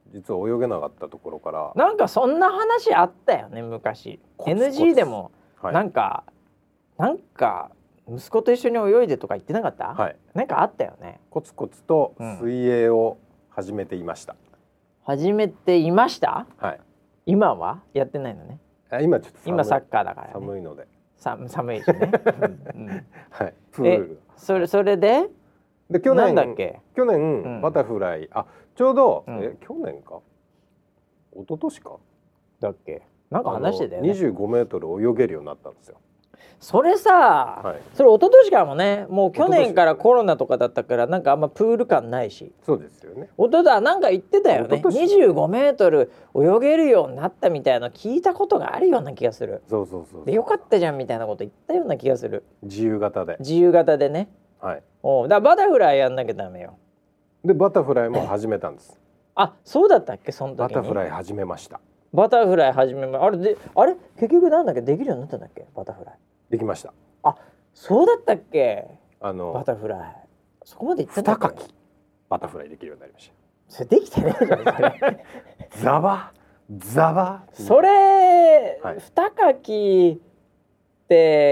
実は泳げなかったところからなんかそんな話あったよね昔。コツコツ エヌジー でもなんか、はい、なんか息子と一緒に泳いでとか言ってなかった、はい、なんかあったよね。 コツコツと水泳を始めていました、うん、 始めていました、 はい、 今はやってないのね。 あ今ちょっと今サッカーだから、ね、 寒いのでさ寒いしね、うんうん、 はい、プールそれそれでで去年なんだっけ去年、うん、バタフライあちょうど、うん、え去年か一昨年かだっけなんか話してたよね。 にじゅうごメートル泳げるようになったんですよ。 それさ、はい、それ一昨年からもねもう去年からコロナとかだったからなんかあんまプール感ないし。 そうですよね。 一昨年なんか言ってたよね。にじゅうごメートル泳げるようになったみたいな聞いたことがあるような気がする。 そうそうそうそうでよかったじゃんみたいなこと言ったような気がする。 自由形で自由形でね。 はい。 おだからバタフライやんなきゃダメよ。 でバタフライも始めたんです。 あそうだったっけその時に。 バタフライ始めました。 バタフライ始めまあれであれ結局なんだっけできるようになったんだっけバタフライ。 できました。 あそうだったっけ。 あのバタフライそこまでいったんだっけ。 二かきバタフライできるようになりました。 それできてねえじゃんそれザバザバそれ、はい、二かきって、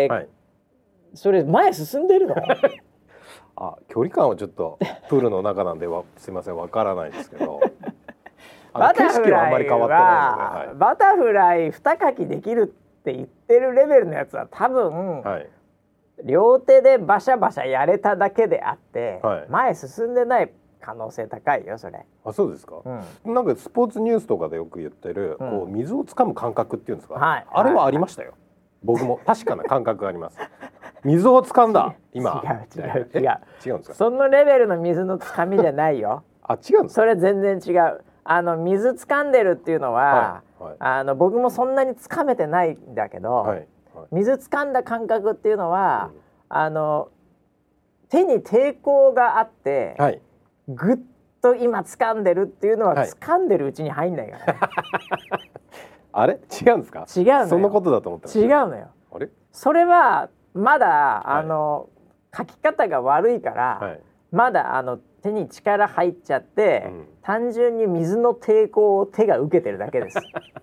はい、それ前進んでるのあ距離感はちょっとプールの中なんではすいませんわからないですけどバタフライはあんまり変わってないので、はい、バタフライ二かきできるって言ってるレベルのやつは多分、はい、両手でバシャバシャやれただけであって、はい、前進んでない可能性高いよそれ。 あそうですか、うん、なんかスポーツニュースとかでよく言ってる、うん、こう水をつかむ感覚っていうんですか、はい、あれはありましたよ、はい、僕も確かな感覚があります水をつかんだ今違う違う違う違うんですか。 そのレベルの水のつかみじゃないよあ違うんですか。 それ全然違う。あの水つかんでるっていうのは、はいはい、あの僕もそんなにつかめてないんだけど、はいはい、水つかんだ感覚っていうのは、うん、あの手に抵抗があって、はい、ぐっと今つかんでるっていうのは、はい、つかんでるうちに入んないから、ね、 あれ違うんですか。 違うのよ。 そんなことだと思ってました。 違うのよ。あれそれはまだ、はい、あの書き方が悪いから、はい、まだあの手に力入っちゃって、うん、単純に水の抵抗を手が受けてるだけです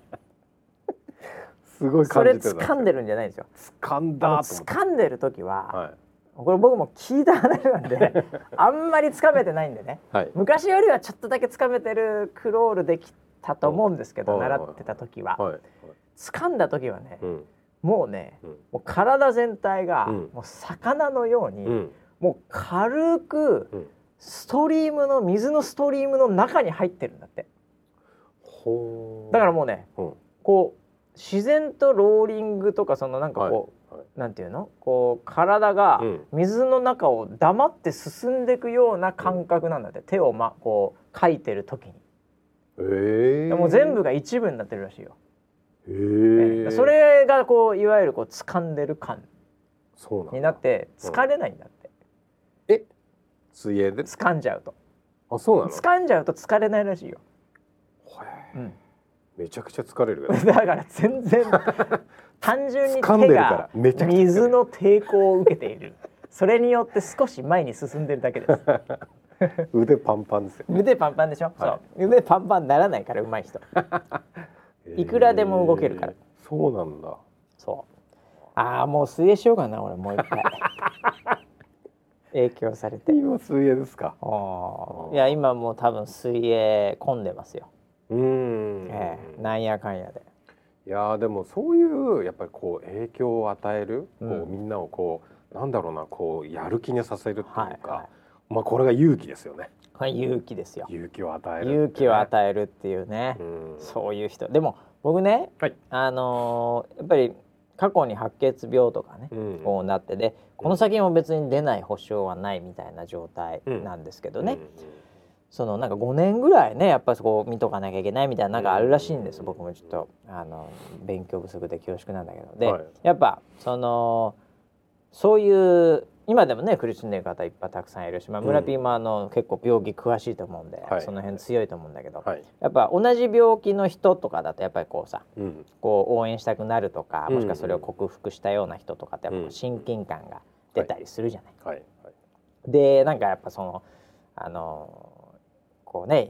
すごい感じてる。 それ掴んでるんじゃないんですよ。 掴んだと掴んでる時は、はい、これ僕も聞いた話なんであんまり掴めてないんでね、はい、昔よりはちょっとだけ掴めてるクロールできたと思うんですけど、習ってた時は、はいはい、掴んだ時はね、うん、もうね、うん、もう体全体が、うん、もう魚のように、うん、もう軽く、うん、ストリームの水のストリームの中に入ってるんだって。ほだからもうね、うん、こう自然とローリングとかそのなんかこう、はいはい、なんていうのこう体が水の中を黙って進んでいくような感覚なんだって、うん、手を、ま、こうかいてる時に、えー、もう全部が一部になってるらしいよ。えー、それがこういわゆるこう掴んでる感になって疲れないんだって、 うん、え水泳で掴んじゃうと。 あそうなの。 掴んじゃうと疲れないらしいよ。 へー、うん、めちゃくちゃ疲れるだから全然単純に手が水の抵抗を受けているそれによって少し前に進んでるだけです腕パンパンですよ。 腕パンパンでしょ、はい、そう腕パンパンならないから上手い人いくらでも動けるから、えー、そうなんだ。 そうああもう水泳しようかな俺もう一回影響されて。 今水泳ですか。 あいや今もう多分水泳混んでますよ。うーん、ええ、なんやかんやで。 いやでもそういうやっぱりこう影響を与える、うん、こうみんなをこうなんだろうなこうやる気にさせるっていうか、はいはい、まあこれが勇気ですよね。 はい、勇気ですよ。 勇気を与える、 ね、勇気を与えるっていうね、うん、そういう人。でも僕ね、はい、あのー、やっぱり過去に白血病とかね、うん、こうなってでこの先も別に出ない保証はないみたいな状態なんですけどね、うんうんうん、そのなんかごねんぐらいねやっぱりそこを見とかなきゃいけないみたいななんかあるらしいんです、うん、僕もちょっとあの勉強不足で恐縮なんだけどで、はい、やっぱそのそういう今でもね苦しんでる方いっぱいたくさんいるし、まあ、村ピーもあの、うん、結構病気詳しいと思うんで、はい、その辺強いと思うんだけど、はい、やっぱ同じ病気の人とかだとやっぱりこうさ、うん、こう応援したくなるとか、もしくはそれを克服したような人とかってやっぱ親近感が出たりするじゃない。はいはいはい、でなんかやっぱそのあのこうね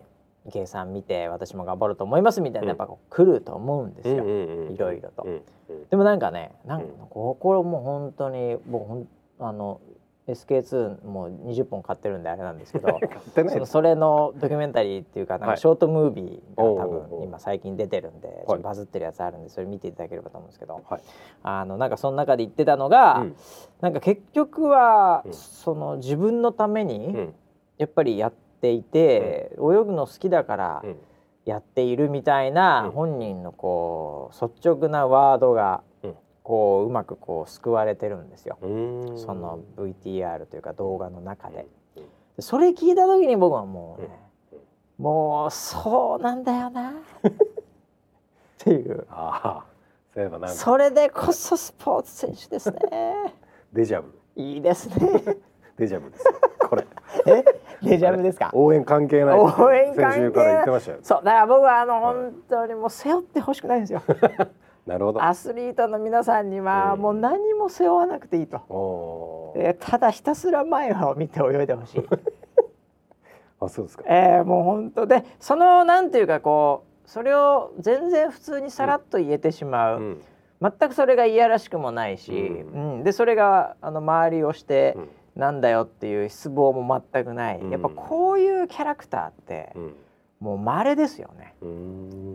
池江さん見て私も頑張ろうと思いますみたいな、うん、やっぱこう来ると思うんですよ、いろいろと、うんうん、でもなんかねなんかここもう本当に僕あの エスケーツー もにじゅっぽん買ってるんであれなんですけどそのそれのドキュメンタリーっていうかなんかショートムービーが多分今最近出てるんで、はい、バズってるやつあるんでそれ見ていただければと思うんですけど、はい、あのなんかその中で言ってたのが、うん、なんか結局は、うん、その自分のためにやっぱりやっていて、うん、泳ぐの好きだからやっているみたいな本人のこう率直なワードがこううまくこう救われてるんですよ、その ブイティーアール というか動画の中で。それ聞いた時に僕はもうね、もうそうなんだよなっていう。 ああ、そういえばなんかそれでこそスポーツ選手ですねデジャブ。 いいですねデジャブですよこれえデジャブですか。 応援関係ない応援関係ない、先週から言ってましたよ。 そうだから僕はあの、はい、本当にもう背負ってほしくないんですよなるほど。 アスリートの皆さんにはもう何も背負わなくていいと、えー、ただひたすら前を見て泳いでほしいあ、そうですか。 えー、もう本当でそのなんていうかこうそれを全然普通にさらっと言えてしまう、うん、全くそれがいやらしくもないし、うんうん、でそれがあの周りをして、うん、なんだよっていう失望も全くない、うん、やっぱこういうキャラクターって、うん、もう稀ですよね。うん、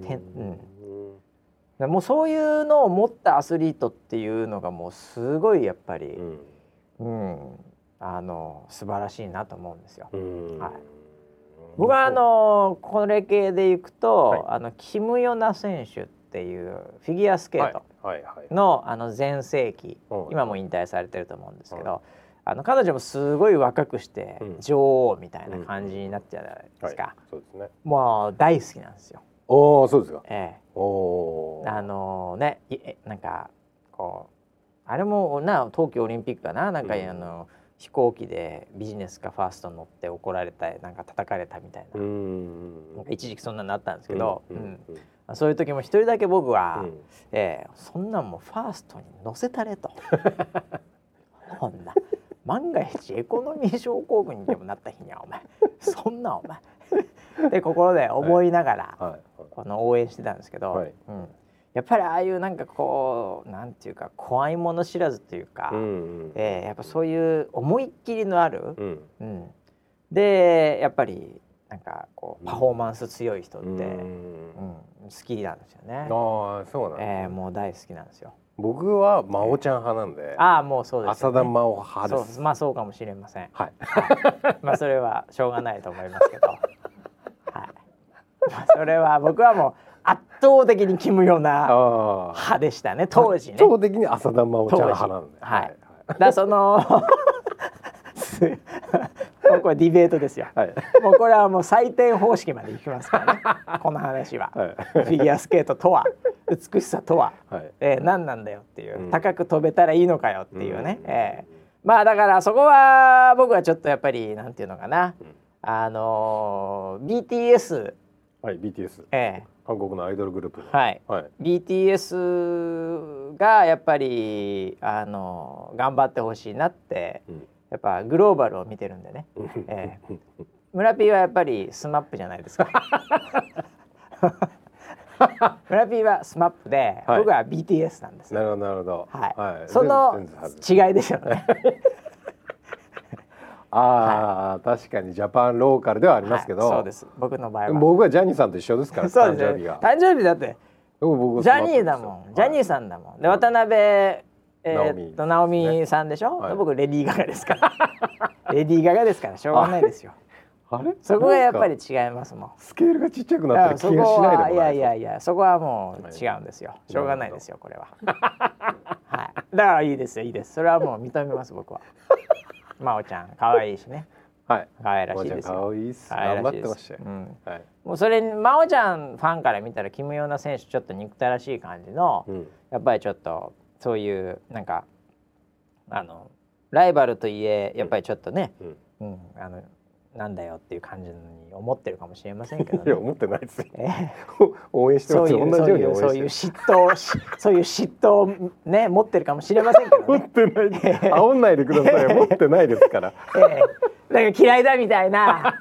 てうんもうそういうのを持ったアスリートっていうのがもうすごいやっぱり、うんうん、あの素晴らしいなと思うんですよ。はい、僕はあのこれ系でいくと、はい、あのキム・ヨナ選手っていうフィギュアスケートのあの全盛期、今も引退されてると思うんですけど、あの彼女もすごい若くして女王みたいな感じになっちゃうじゃないですか。 そうですね。 もう大好きなんですよ。 おお、そうですか。 ええ、おあのねなんかこうあれもな冬季オリンピックかななんか、うん、あの飛行機でビジネスかファースト乗って怒られたなんか叩かれたみたいな、うん、なんか一時期そんなのあったんですけど、うんうんうん、そういう時も一人だけ僕は、うんええ、そんなんもファーストに乗せたれとこんな万が一エコノミー症候群にでもなった日にはお前そんなお前で心で思いながら、はいはい、この応援してたんですけど、はいうん、やっぱりああいうなんかこうなんていうか怖いもの知らずというか、うんうんえー、やっぱそういう思いっきりのある、うんうん、でやっぱりなんかこうパフォーマンス強い人って、うんうん、好きなんですよね。 ああ、そうなんですね。 えー、もう大好きなんですよ。 僕は真央ちゃん派なんで、 ああもうそうですよね。 浅田真央派です。 そうまあそうかもしれません。 はい。 まあそれはしょうがないと思いますけど。それは僕はもう圧倒的にキムヨナ派でしたね当時ね。 圧倒的に浅田真央ちゃん派なんで、 はい、はい、だからそのもうこれディベートですよ、はい、もうこれはもう採点方式までいきますからねこの話は、はい、フィギュアスケートとは美しさとは、はい、えー、何なんだよっていう、うん、高く飛べたらいいのかよっていうね、うんえー、まあだからそこは僕はちょっとやっぱりなんていうのかな、うん、あのー、ビーティーエスはい、ビーティーエス、 ええ、 韓国のアイドルグループ、 はい、はい、ビーティーエス がやっぱりあの頑張ってほしいなって、うん、やっぱグローバルを見てるんでね、ええ、村 P はやっぱりスマップじゃないですか村 P はスマップで、はい、僕は ビーティーエス なんですよ。 なるほどなるほど、 はいはい、その違いでしょうねああ、はい、確かにジャパンローカルではありますけど、はい、 そうです。僕の場合は僕はジャニーさんと一緒ですからそうです、誕生日が誕生日だって僕ジャニーだもん、はい、ジャニーさんだもんで、渡辺、えー、っと直美さんでしょ、はい、僕レディーガガですからレディーガガですからしょうがないですよ。 あれそこがやっぱり違いますもん。 スケールがちっちゃくなってる気がしないでもない。 いやいやいや、そこはもう違うんですよ。しょうがないですよこれははい、だからいいですよいいです。それはもう認めます僕は真央ちゃん可愛いしね。はい、可愛らしいですよ。 可愛いっす。頑張ってましたよ。うん、 はい。もうそれ真央ちゃんファンから見たらキム・ヨナ選手ちょっと憎たらしい感じの、うん、やっぱりちょっとそういうなんかあのライバルといえやっぱりちょっとね、うん、うん、あのなんだよっていう感じに思ってるかもしれませんけどね。 いや思ってないですよ。えー、応援してますよ。同じように応援してる。 そういう嫉妬そういう嫉妬をね持ってるかもしれませんけどね。 持ってない。煽んないでください。持ってないですから。 えー、なんか嫌いだみたいな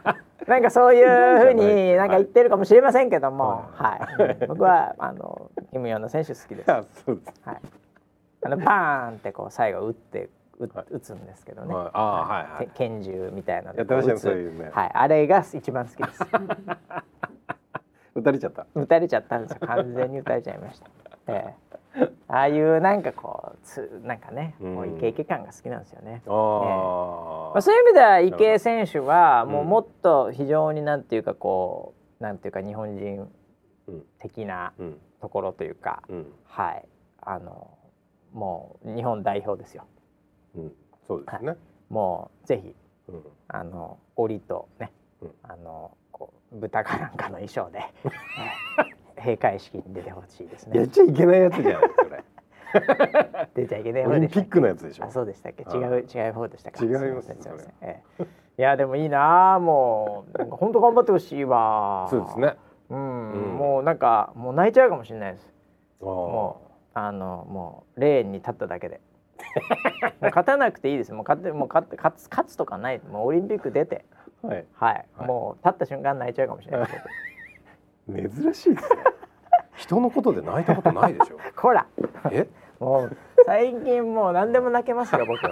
なんかそういうふうになんか言ってるかもしれませんけども、はい、はい、僕はあのキム・ヨンの選手好きです。 そうです、 はい、あのバーンってこう最後打って打つんですけどね、 はい、あ、はいはい、 拳銃みたいなのやってましたね、そういうね、 はい、あれが一番好きです。 打たれちゃった打たれちゃったんですよ。完全に打たれちゃいました。ええ、ああいうなんかこうつなんかね、もうイケイケ感が好きなんですよね。あ、ええ、まあ、そういう意味では池江選手はもうもっと非常になんていうかこうなんていうか日本人的なところというか、うんうん、はい、あのもう日本代表ですよ。 うん、そうですね。はい、 もうぜひ、うん、あの檻とね、うん、あのこう豚かなんかの衣装で閉会式に出てほしいですね。 やっちゃいけないやつじゃないそれ。 出ちゃいけない方でしたっけ。オリンピックのやつでしょ。 あ、そうでしたっけ。違う違う方でしたか。 違いますね。 ええ、いやでもいいな、もうなんか本当頑張ってほしいわ。 そうですね。 うん、うん、もうなんかもう泣いちゃうかもしれないです。もうあのもうレーンに立っただけで。もう勝たなくていいです。もう勝ってもう勝って勝つ勝つとかない。もうオリンピック出て、はい、はい、はい、もう立った瞬間泣いちゃうかもしれない。 珍しいですね。人のことで泣いたことないでしょ。 ほら、 え、 もう最近もう何でも泣けますよ僕。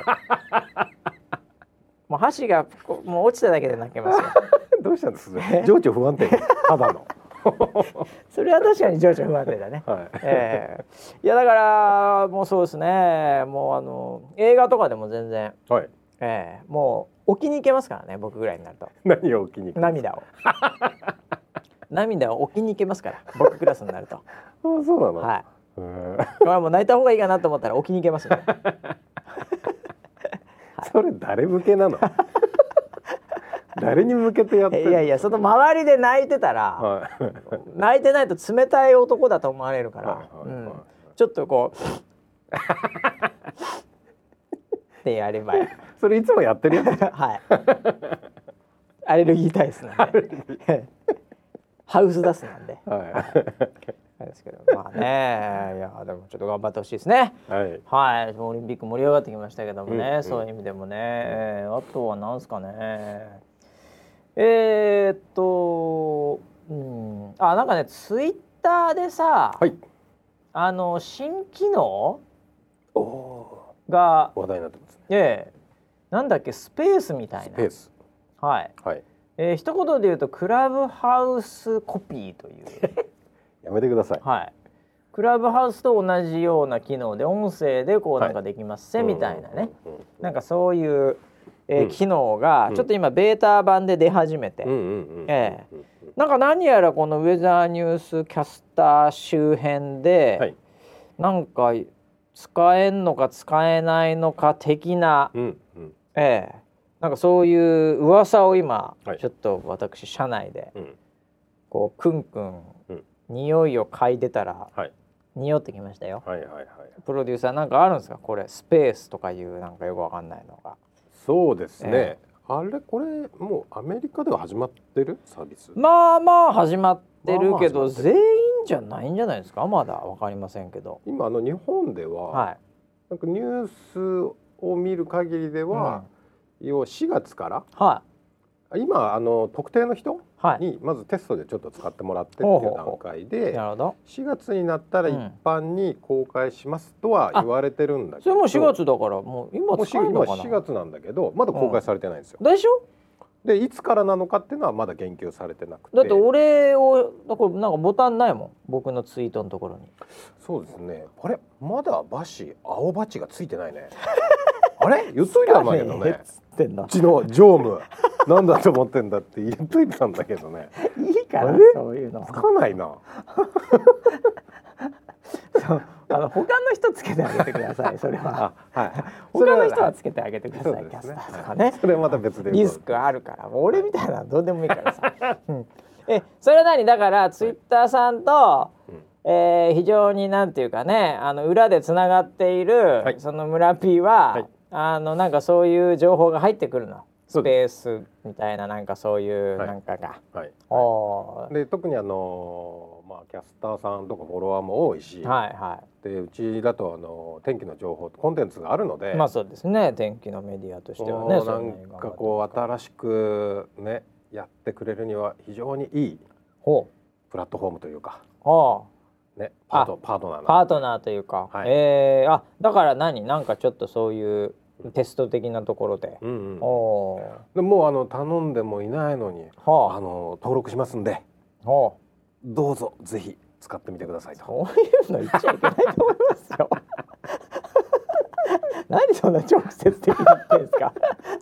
もう箸がもう落ちただけで泣けますよ。 どうしたんですか。情緒不安定。ただの。 それは確かに情緒不安定だね。はい、えー、いやだからもうそうですね。もうあの映画とかでも全然、はい、えー、もう置きに行けますからね、僕ぐらいになると。 何を置きに行く？ 涙を。涙を置きに行けますから、僕クラスになると。 あ、そうなの。 はい。これはもう泣いた方がいいかなと思ったら置きに行けますよね。はい、 それ誰向けなの？誰に向けてやってる？ いやいや、その周りで泣いてたら、はい、泣いてないと冷たい男だと思われるから、はいはいはい、うん、ちょっとこうってやればそれいつもやってるやつ。 はい。アレルギー体質なんでハウスダストなんで、はい、はい、ですけど、まあね、いやでもちょっと頑張ってほしいですね。はい、はい、オリンピック盛り上がってきましたけどもね、うん、そういう意味でもね、えー、あとはなんすかね、えー、っと、うん、あ、なんかね、ツイッターでさ、はい、あの新機能が話題になってますね。 えー、なんだっけ、スペースみたいな。 スペース。 はい。はい。えー、一言で言うとクラブハウスコピーという。 やめてください。 はい。クラブハウスと同じような機能で音声でこうなんかできますせ、はい、みたいなね、なんかそういう、えーうん、機能がちょっと今ベータ版で出始めて、なんか何やらこのウェザーニュースキャスター周辺で、はい、なんか使えんのか使えないのか的な、うんうん、えー、なんかそういう噂を今、はい、ちょっと私社内で、うん、こうクンクン、うん、匂いを嗅いでたら、はい、匂ってきましたよ。はいはいはい。プロデューサーなんかあるんですか、これスペースとかいうなんかよくわかんないのが。 そうですね、えー、あれこれもうアメリカでは始まってるサービス？ まあまあ始まってるけど、まあまあ全員じゃないんじゃないですか、まだわかりませんけど。 今あの日本では、はい、なんかニュースを見る限りでは、うん、要はしがつから、はい、今あの特定の人にまずテストでちょっと使ってもらってっていう段階で、しがつになったら一般に公開しますとは言われてるんだけど、 それもしがつだからもう今使えるのかな。 今しがつなんだけどまだ公開されてないんですよ。 でしょ？ でいつからなのかっていうのはまだ言及されてなくて。 だって俺をだからなんかボタンないもん、僕のツイートのところに。 そうですね。あれまだバシ青バチがついてないね。あれ言っといたんだけどね。うちの常務なんだと思ってんだって言っといたんだけどね。 いいからそういうの。 つかないな。 そう、あの他の人つけてあげてください。それは。はい。他の人はつけてあげてください。キャスターとかね。 それはまた別で。 リスクあるから。俺みたいなのどうでもいいからさ。うん、え、それは何だからツイッターさんと。うん、えー、非常になんていうかね、あの裏でつながっている、はい、その村 P は、はい、あのなんかそういう情報が入ってくるの。スペースみたいななんかそういうなんかが。はい。 はい、で特にあのまあキャスターさんとかフォロワーも多いし、はいはい。でうちだとあの天気の情報コンテンツがあるので、 まあそうですね、天気のメディアとしてはね。 なんかこう新しくねやってくれるには非常にいいほうプラットフォームというか、 はあ、ね、パートパートナーパートナーというか、はい、えー、あだから何なんかちょっとそういうテスト的なところで、うんうん、 おでもうあの頼んでもいないのに、はあ、あの登録しますんで、はあ、どうぞぜひ使ってみてくださいと。 そういうの言っちゃいけないと思いますよ何そんな直接的に言ってんですか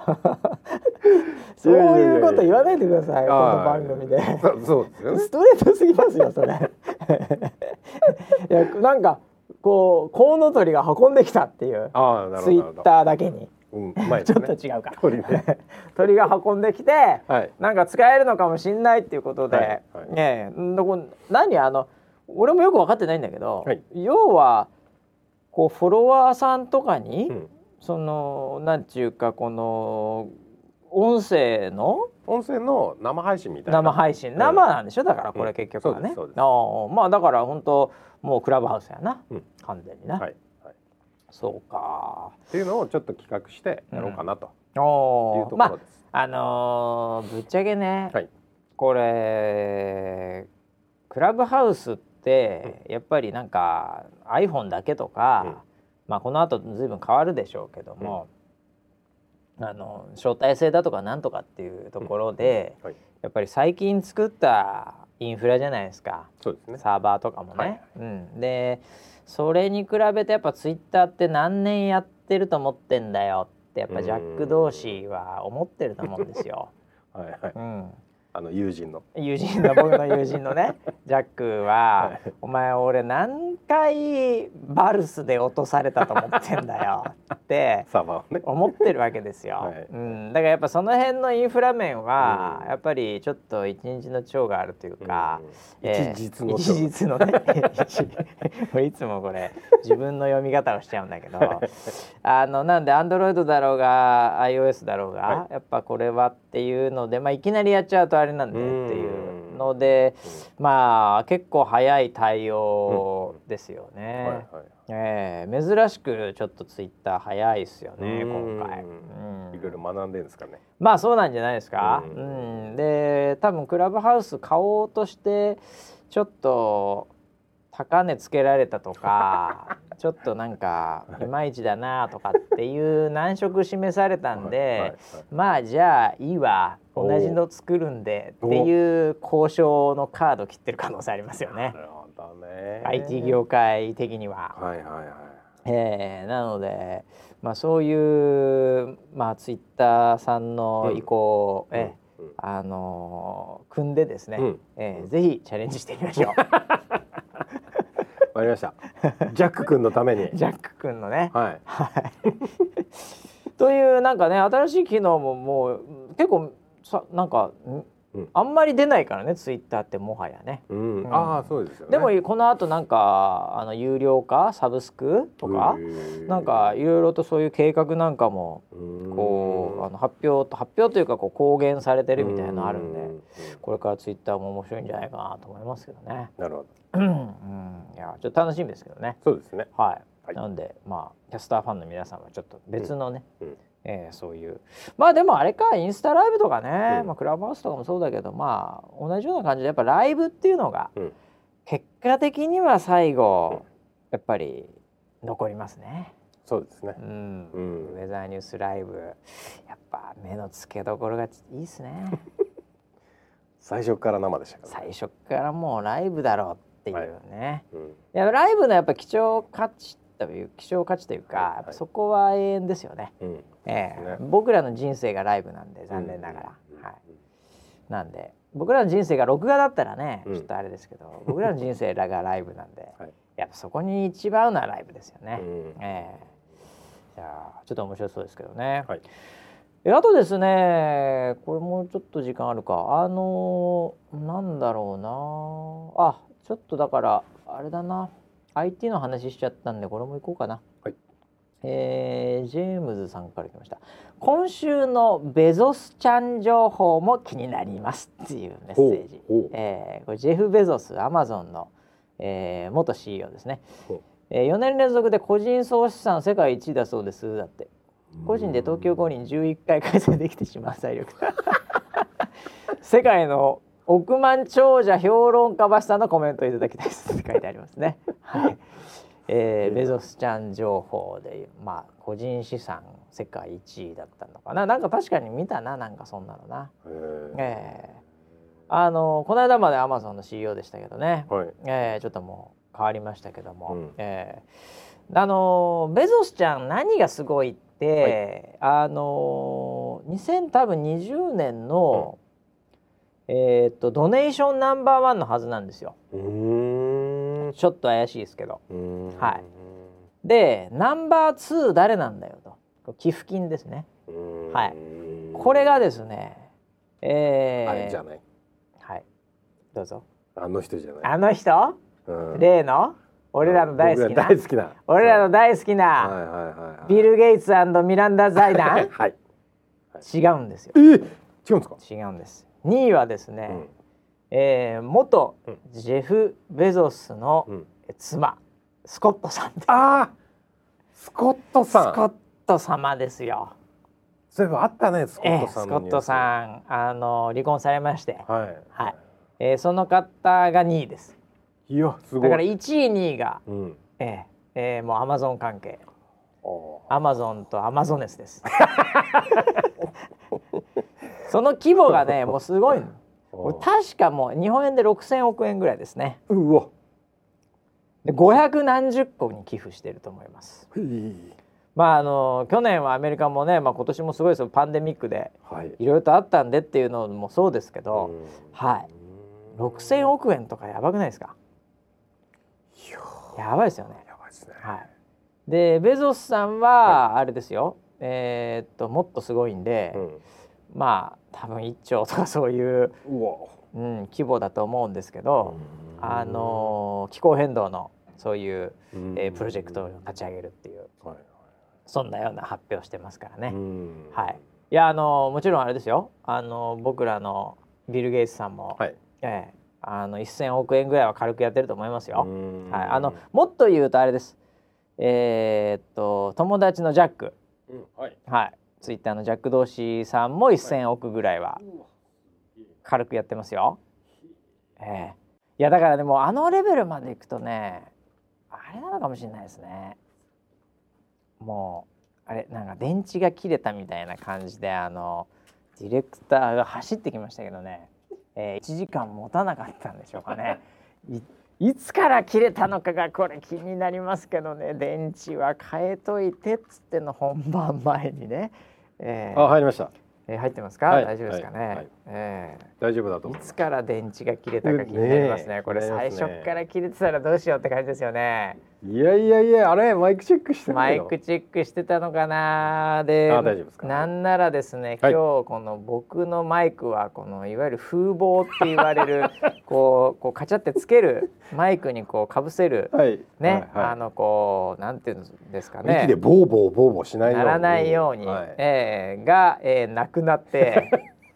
そういうこと言わないでください、この番組で。 そうですよね。 ストレートすぎますよそれいやなんかこうコウノトリが運んできたっていうツイッターだけに、うんうまいですね、ちょっと違うか鳥、ね、鳥が運んできて、はい、なんか使えるのかもしれないっていうことで、はいはい、ねえ何あの俺もよく分かってないんだけど、はい、要はこうフォロワーさんとかに、うん、そのなんていうかこの音声の音声の生配信みたいな生配信、うん、生なんでしょだからこれ結局はね、うん、あまあだから本当もうクラブハウスやな、うん、完全にな、はいはい、そうかっていうのをちょっと企画してやろうかなというところです、まああのー、ぶっちゃけね、はい、これクラブハウスってやっぱりなんか iPhone だけとか、うん、まあこの後ずいぶん変わるでしょうけども、うん、あの招待制だとかなんとかっていうところで、うんはい、やっぱり最近作ったインフラじゃないですか。 そうですね、 サーバーとかもね、はいうん、でそれに比べてやっぱツイッターって何年やってると思ってんだよってやっぱジャック同士は思ってると思うんですよはいはい、うんあの友人の友人の僕の友人のねジャックは、はい、お前俺何回バルスで落とされたと思ってんだよって思ってるわけですよ、はいうん、だからやっぱその辺のインフラ面は、うん、やっぱりちょっと一日の長があるというか、 うんえー、一日の一日のねいつもこれ自分の読み方をしちゃうんだけどあのなんで Android だろうが iOS だろうが、はい、やっぱこれはっていうので、まあ、いきなりやっちゃうとあれなんでっていうのでまあ結構早い対応ですよね、はいはいえー、珍しくちょっとツイッター早いですよね今回、 うん、いろいろ学んでるんですかね。 まあそうなんじゃないですか、うん、うん、で多分クラブハウス買おうとしてちょっと高値つけられたとかちょっとなんかいまいちだなとかっていう難色示されたんで、はいはいはい、まあじゃあいいわ同じの作るんでっていう交渉のカード切ってる可能性ありますよね。 なるほどね。 アイティー 業界的には。 はいはいはい。 えー、なので、まあ、そういう、まあ、ツイッターさんの意向を、うんえうん、あのー、組んでですね、うんえー、ぜひチャレンジしてみましょう。 わかりました。ジャック君のために。 ジャック君のね。 はい。はい、 というなんかね新しい機能ももう結構さなんか、うん、あんまり出ないからねツイッターってもはやね。 うんうん、ああそうですよね。 でもこの後なんかあの有料化サブスクとかなんかいろいろとそういう計画なんかもこうあの発表発表というかこう公言されてるみたいなのあるんでこれからツイッターも面白いんじゃないかなと思いますけどね。 なるほど。 うん、いやちょっと楽しみですけどね。 そうですね。 はい。はい、なのでまあキャスターファンの皆さんはちょっと別のね、うんうんえー、そういうまあでもあれかインスタライブとかね、うんまあ、クラブハウスとかもそうだけどまあ同じような感じでやっぱライブっていうのが、うん、結果的には最後、うん、やっぱり残りますね。 そうですね、 うんうん、ウェザーニュースライブやっぱ目の付けどころがいいですね。 最初から生でしたから、 ね、最初からもうライブだろうっていうね、はいうん、いやライブのやっぱ貴重価値という希少価値というか、はいはい、そこは永遠ですよね、うんえーね、僕らの人生がライブなんで残念ながら、うんはい、なんで僕らの人生が録画だったらね、うん、ちょっとあれですけど僕らの人生がライブなんで、はい、やっぱそこに一番合うのはライブですよね、うんえー、じゃあちょっと面白そうですけどね、はい、えあとですねこれもうちょっと時間あるかあのー、なんだろうなあちょっとだからあれだな アイティー の話しちゃったんでこれもいこうかな、はいえー、ジェームズさんから来ました。今週のベゾスちゃん情報も気になりますっていうメッセージ、えー、これジェフ・ベゾスアマゾンの、えー、元 シーイーオー ですね、えー、よねん連続で個人総資産世界一位だそうですだって個人で東京五輪じゅういっかい開催できてしまう財力世界の億万長者評論家バスさんのコメントをいただきたいですって書いてありますね。はい。えー、ベゾスちゃん情報で、まあ個人資産世界いちいだったのかな。なんか確かに見たな、なんかそんなのな。えー、あのこの間までアマゾンの シーイーオー でしたけどね、はい、えー、ちょっともう変わりましたけども、うん、えー、あのベゾスちゃん何がすごいって、はい、あのにせんにじゅうねんの、うん、えー、っとドネーションナンバーワンのはずなんですよ。うーん、ちょっと怪しいですけど、はい。でナンバーツー誰なんだよと、寄付金ですね。はい。これがですね、えー、 あれじゃない。 はい。どうぞ。 あの人じゃない。 あの人？うん、例の俺らの大好きな、 大好きな俺らの大好きなビル・ゲイツ&ミランダ財団、はいはい、違うんですよ。 えー、違うんですか？ 違うんです。にいはですね、うん、えー、元ジェフ・ベゾスの妻、うん、スコットさん。 ああ、スコットさん。 スコット様ですよ。 そういえばあったね、スコットさんのニュース。 スコットさん、あの離婚されまして、 はい、 はい、えー、その方がにいです。 いや、すごい。 だからいちいにいが、うん、えーえー、もうアマゾン関係、アマゾンとアマゾネスです。その規模がね、もうすごいの。もう確かもう日本円でろくせんおくえんぐらいですね。 うわ。 でごひゃくなんじゅっこに寄付していると思います。まああの去年はアメリカもね、まあ、今年もすごいですよ、パンデミックで、はい、いろいろとあったんでっていうのもそうですけど、はい、ろくせんおくえんとかやばくないですか？やばいですよね。 やばいですね。 はい。でベゾスさんはあれですよ、はい、えー、っともっとすごいんで、うん、まあ多分いっちょうとかそういう、うわ、うん、規模だと思うんですけど、あの気候変動のそういう、えー、プロジェクトを立ち上げるっていう、はい、そんなような発表してますからね。はい。いや、あのもちろんあれですよ、あの僕らのビル・ゲイツさんも、はい、えーあのせんおくえんぐらいは軽くやってると思いますよ。はい、あのもっと言うとあれです。えー、っと友達のジャック、うん、はい、はい、ツイッターのジャック・ドーシーさんもせんおくぐらいは軽くやってますよ。えー、いやだからでもあのレベルまでいくとね、あれなのかもしれないですね。もうあれなんか電池が切れたみたいな感じで、あのディレクターが走ってきましたけどね。えー、いちじかん持たなかったんでしょうかね。 い, いつから切れたのかがこれ気になりますけどね。電池は変えといてっつっての本番前にね、 えー、あ、入りました。 えー、入ってますか、はい、大丈夫ですかね、はいはい、 えー、大丈夫だと思います。 いつから電池が切れたか気になりますね。これ最初から切れてたらどうしようって感じですよね。 いやいやいや、あれマイクチェックしてマイクチェックしてたのかな。で、 あ、大丈夫ですか。 なんならですね、今日この僕のマイクはこのいわゆる風防って言われるこうこうカチャってつけるマイクにこうかぶせる、はい、ね、はいはい、あのこうなんていうんですかね、 息でボーボーボーボーしないようにならないように、はい、えー、が、えー、なくなって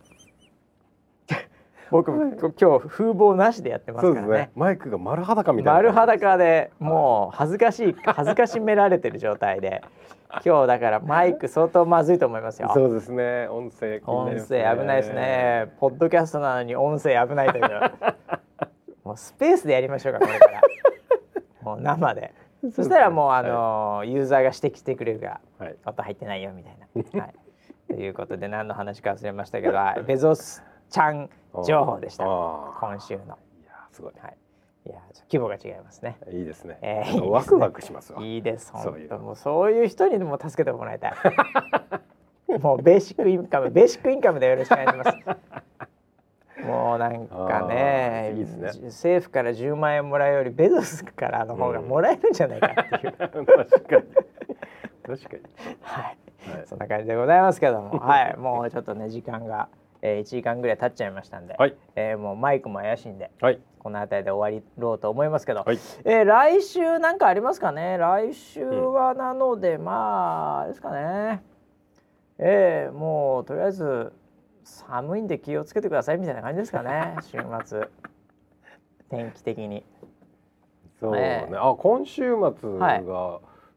僕も今日風貌なしでやってますから ね, ねマイクが丸裸みたいな、 丸裸でもう恥ずかしい恥ずかしめられてる状態で今日だからマイク相当まずいと思いますよ。 そうですね、音声気になりますね。 音声危ないですね。ポッドキャストなのに音声危ないというもうスペースでやりましょうかこれからもう生で。そしたらもうあの、はい、ユーザーが指摘してくれるが、はい、音入ってないよみたいな、はい、ということで何の話か忘れましたけどベゾスちゃん情報でした今週の。いやすごい、はい、いや規模が違いますね。 いいですね、えー、いいですね、ワクワクしますわ。 いいです本当。そういう、もうそういう人にでも助けてもらいたいもうベーシックインカムベーシックインカムでよろしくお願いしますもうなんか ね, いいですね、政府からじゅうまんえんもらうよりベゾスからの方がもらえるんじゃないかっていう、 うん、確かに確かにはい、はい、そんな感じでございますけどもはい、もうちょっとね時間がえー、いちじかんぐらい経っちゃいましたんで、はい、えー、もうマイクも怪しいんで、はい、この辺りで終わろうと思いますけど、はい、えー、来週なんかありますかね。来週はなので、うん、まああれですかね、えー、もうとりあえず寒いんで気をつけてくださいみたいな感じですかね週末天気的に。 そうね、えー、あ今週末が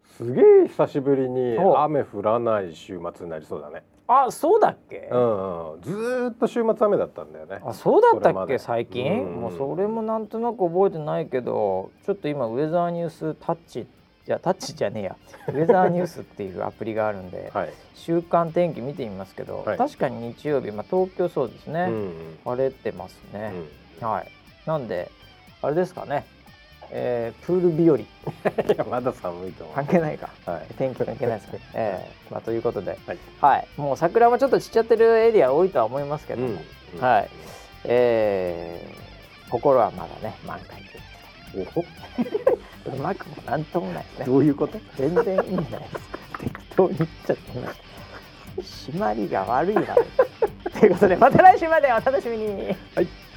すげえ久しぶりに雨降らない週末になりそうだね。 あ、そうだっけ？ うん、うん、ずーっと週末雨だったんだよね。 あ、そうだったっけ最近？うん、もうそれもなんとなく覚えてないけど、ちょっと今ウェザーニュースタッチ、じゃタッチじゃねえやウェザーニュースっていうアプリがあるんで、はい、週間天気見てみますけど、はい、確かに日曜日、まあ、東京そうですね、うんうん、晴れてますね、うん、はい。なんであれですかね、えー、プール日和いやまだ寒いと思う。 関係ないか、はい、天気関係ないですね、えーまあ、ということで、はいはい、もう桜もちょっと散っちゃってるエリア多いとは思いますけども、うんうん、はい、えー、心はまだね満開ということでうまくもなんともないですね。 どういうこと？ 全然いいんじゃないですか。適当に言っちゃってます。締まりが悪いわということで、また来週までお楽しみに。 はい。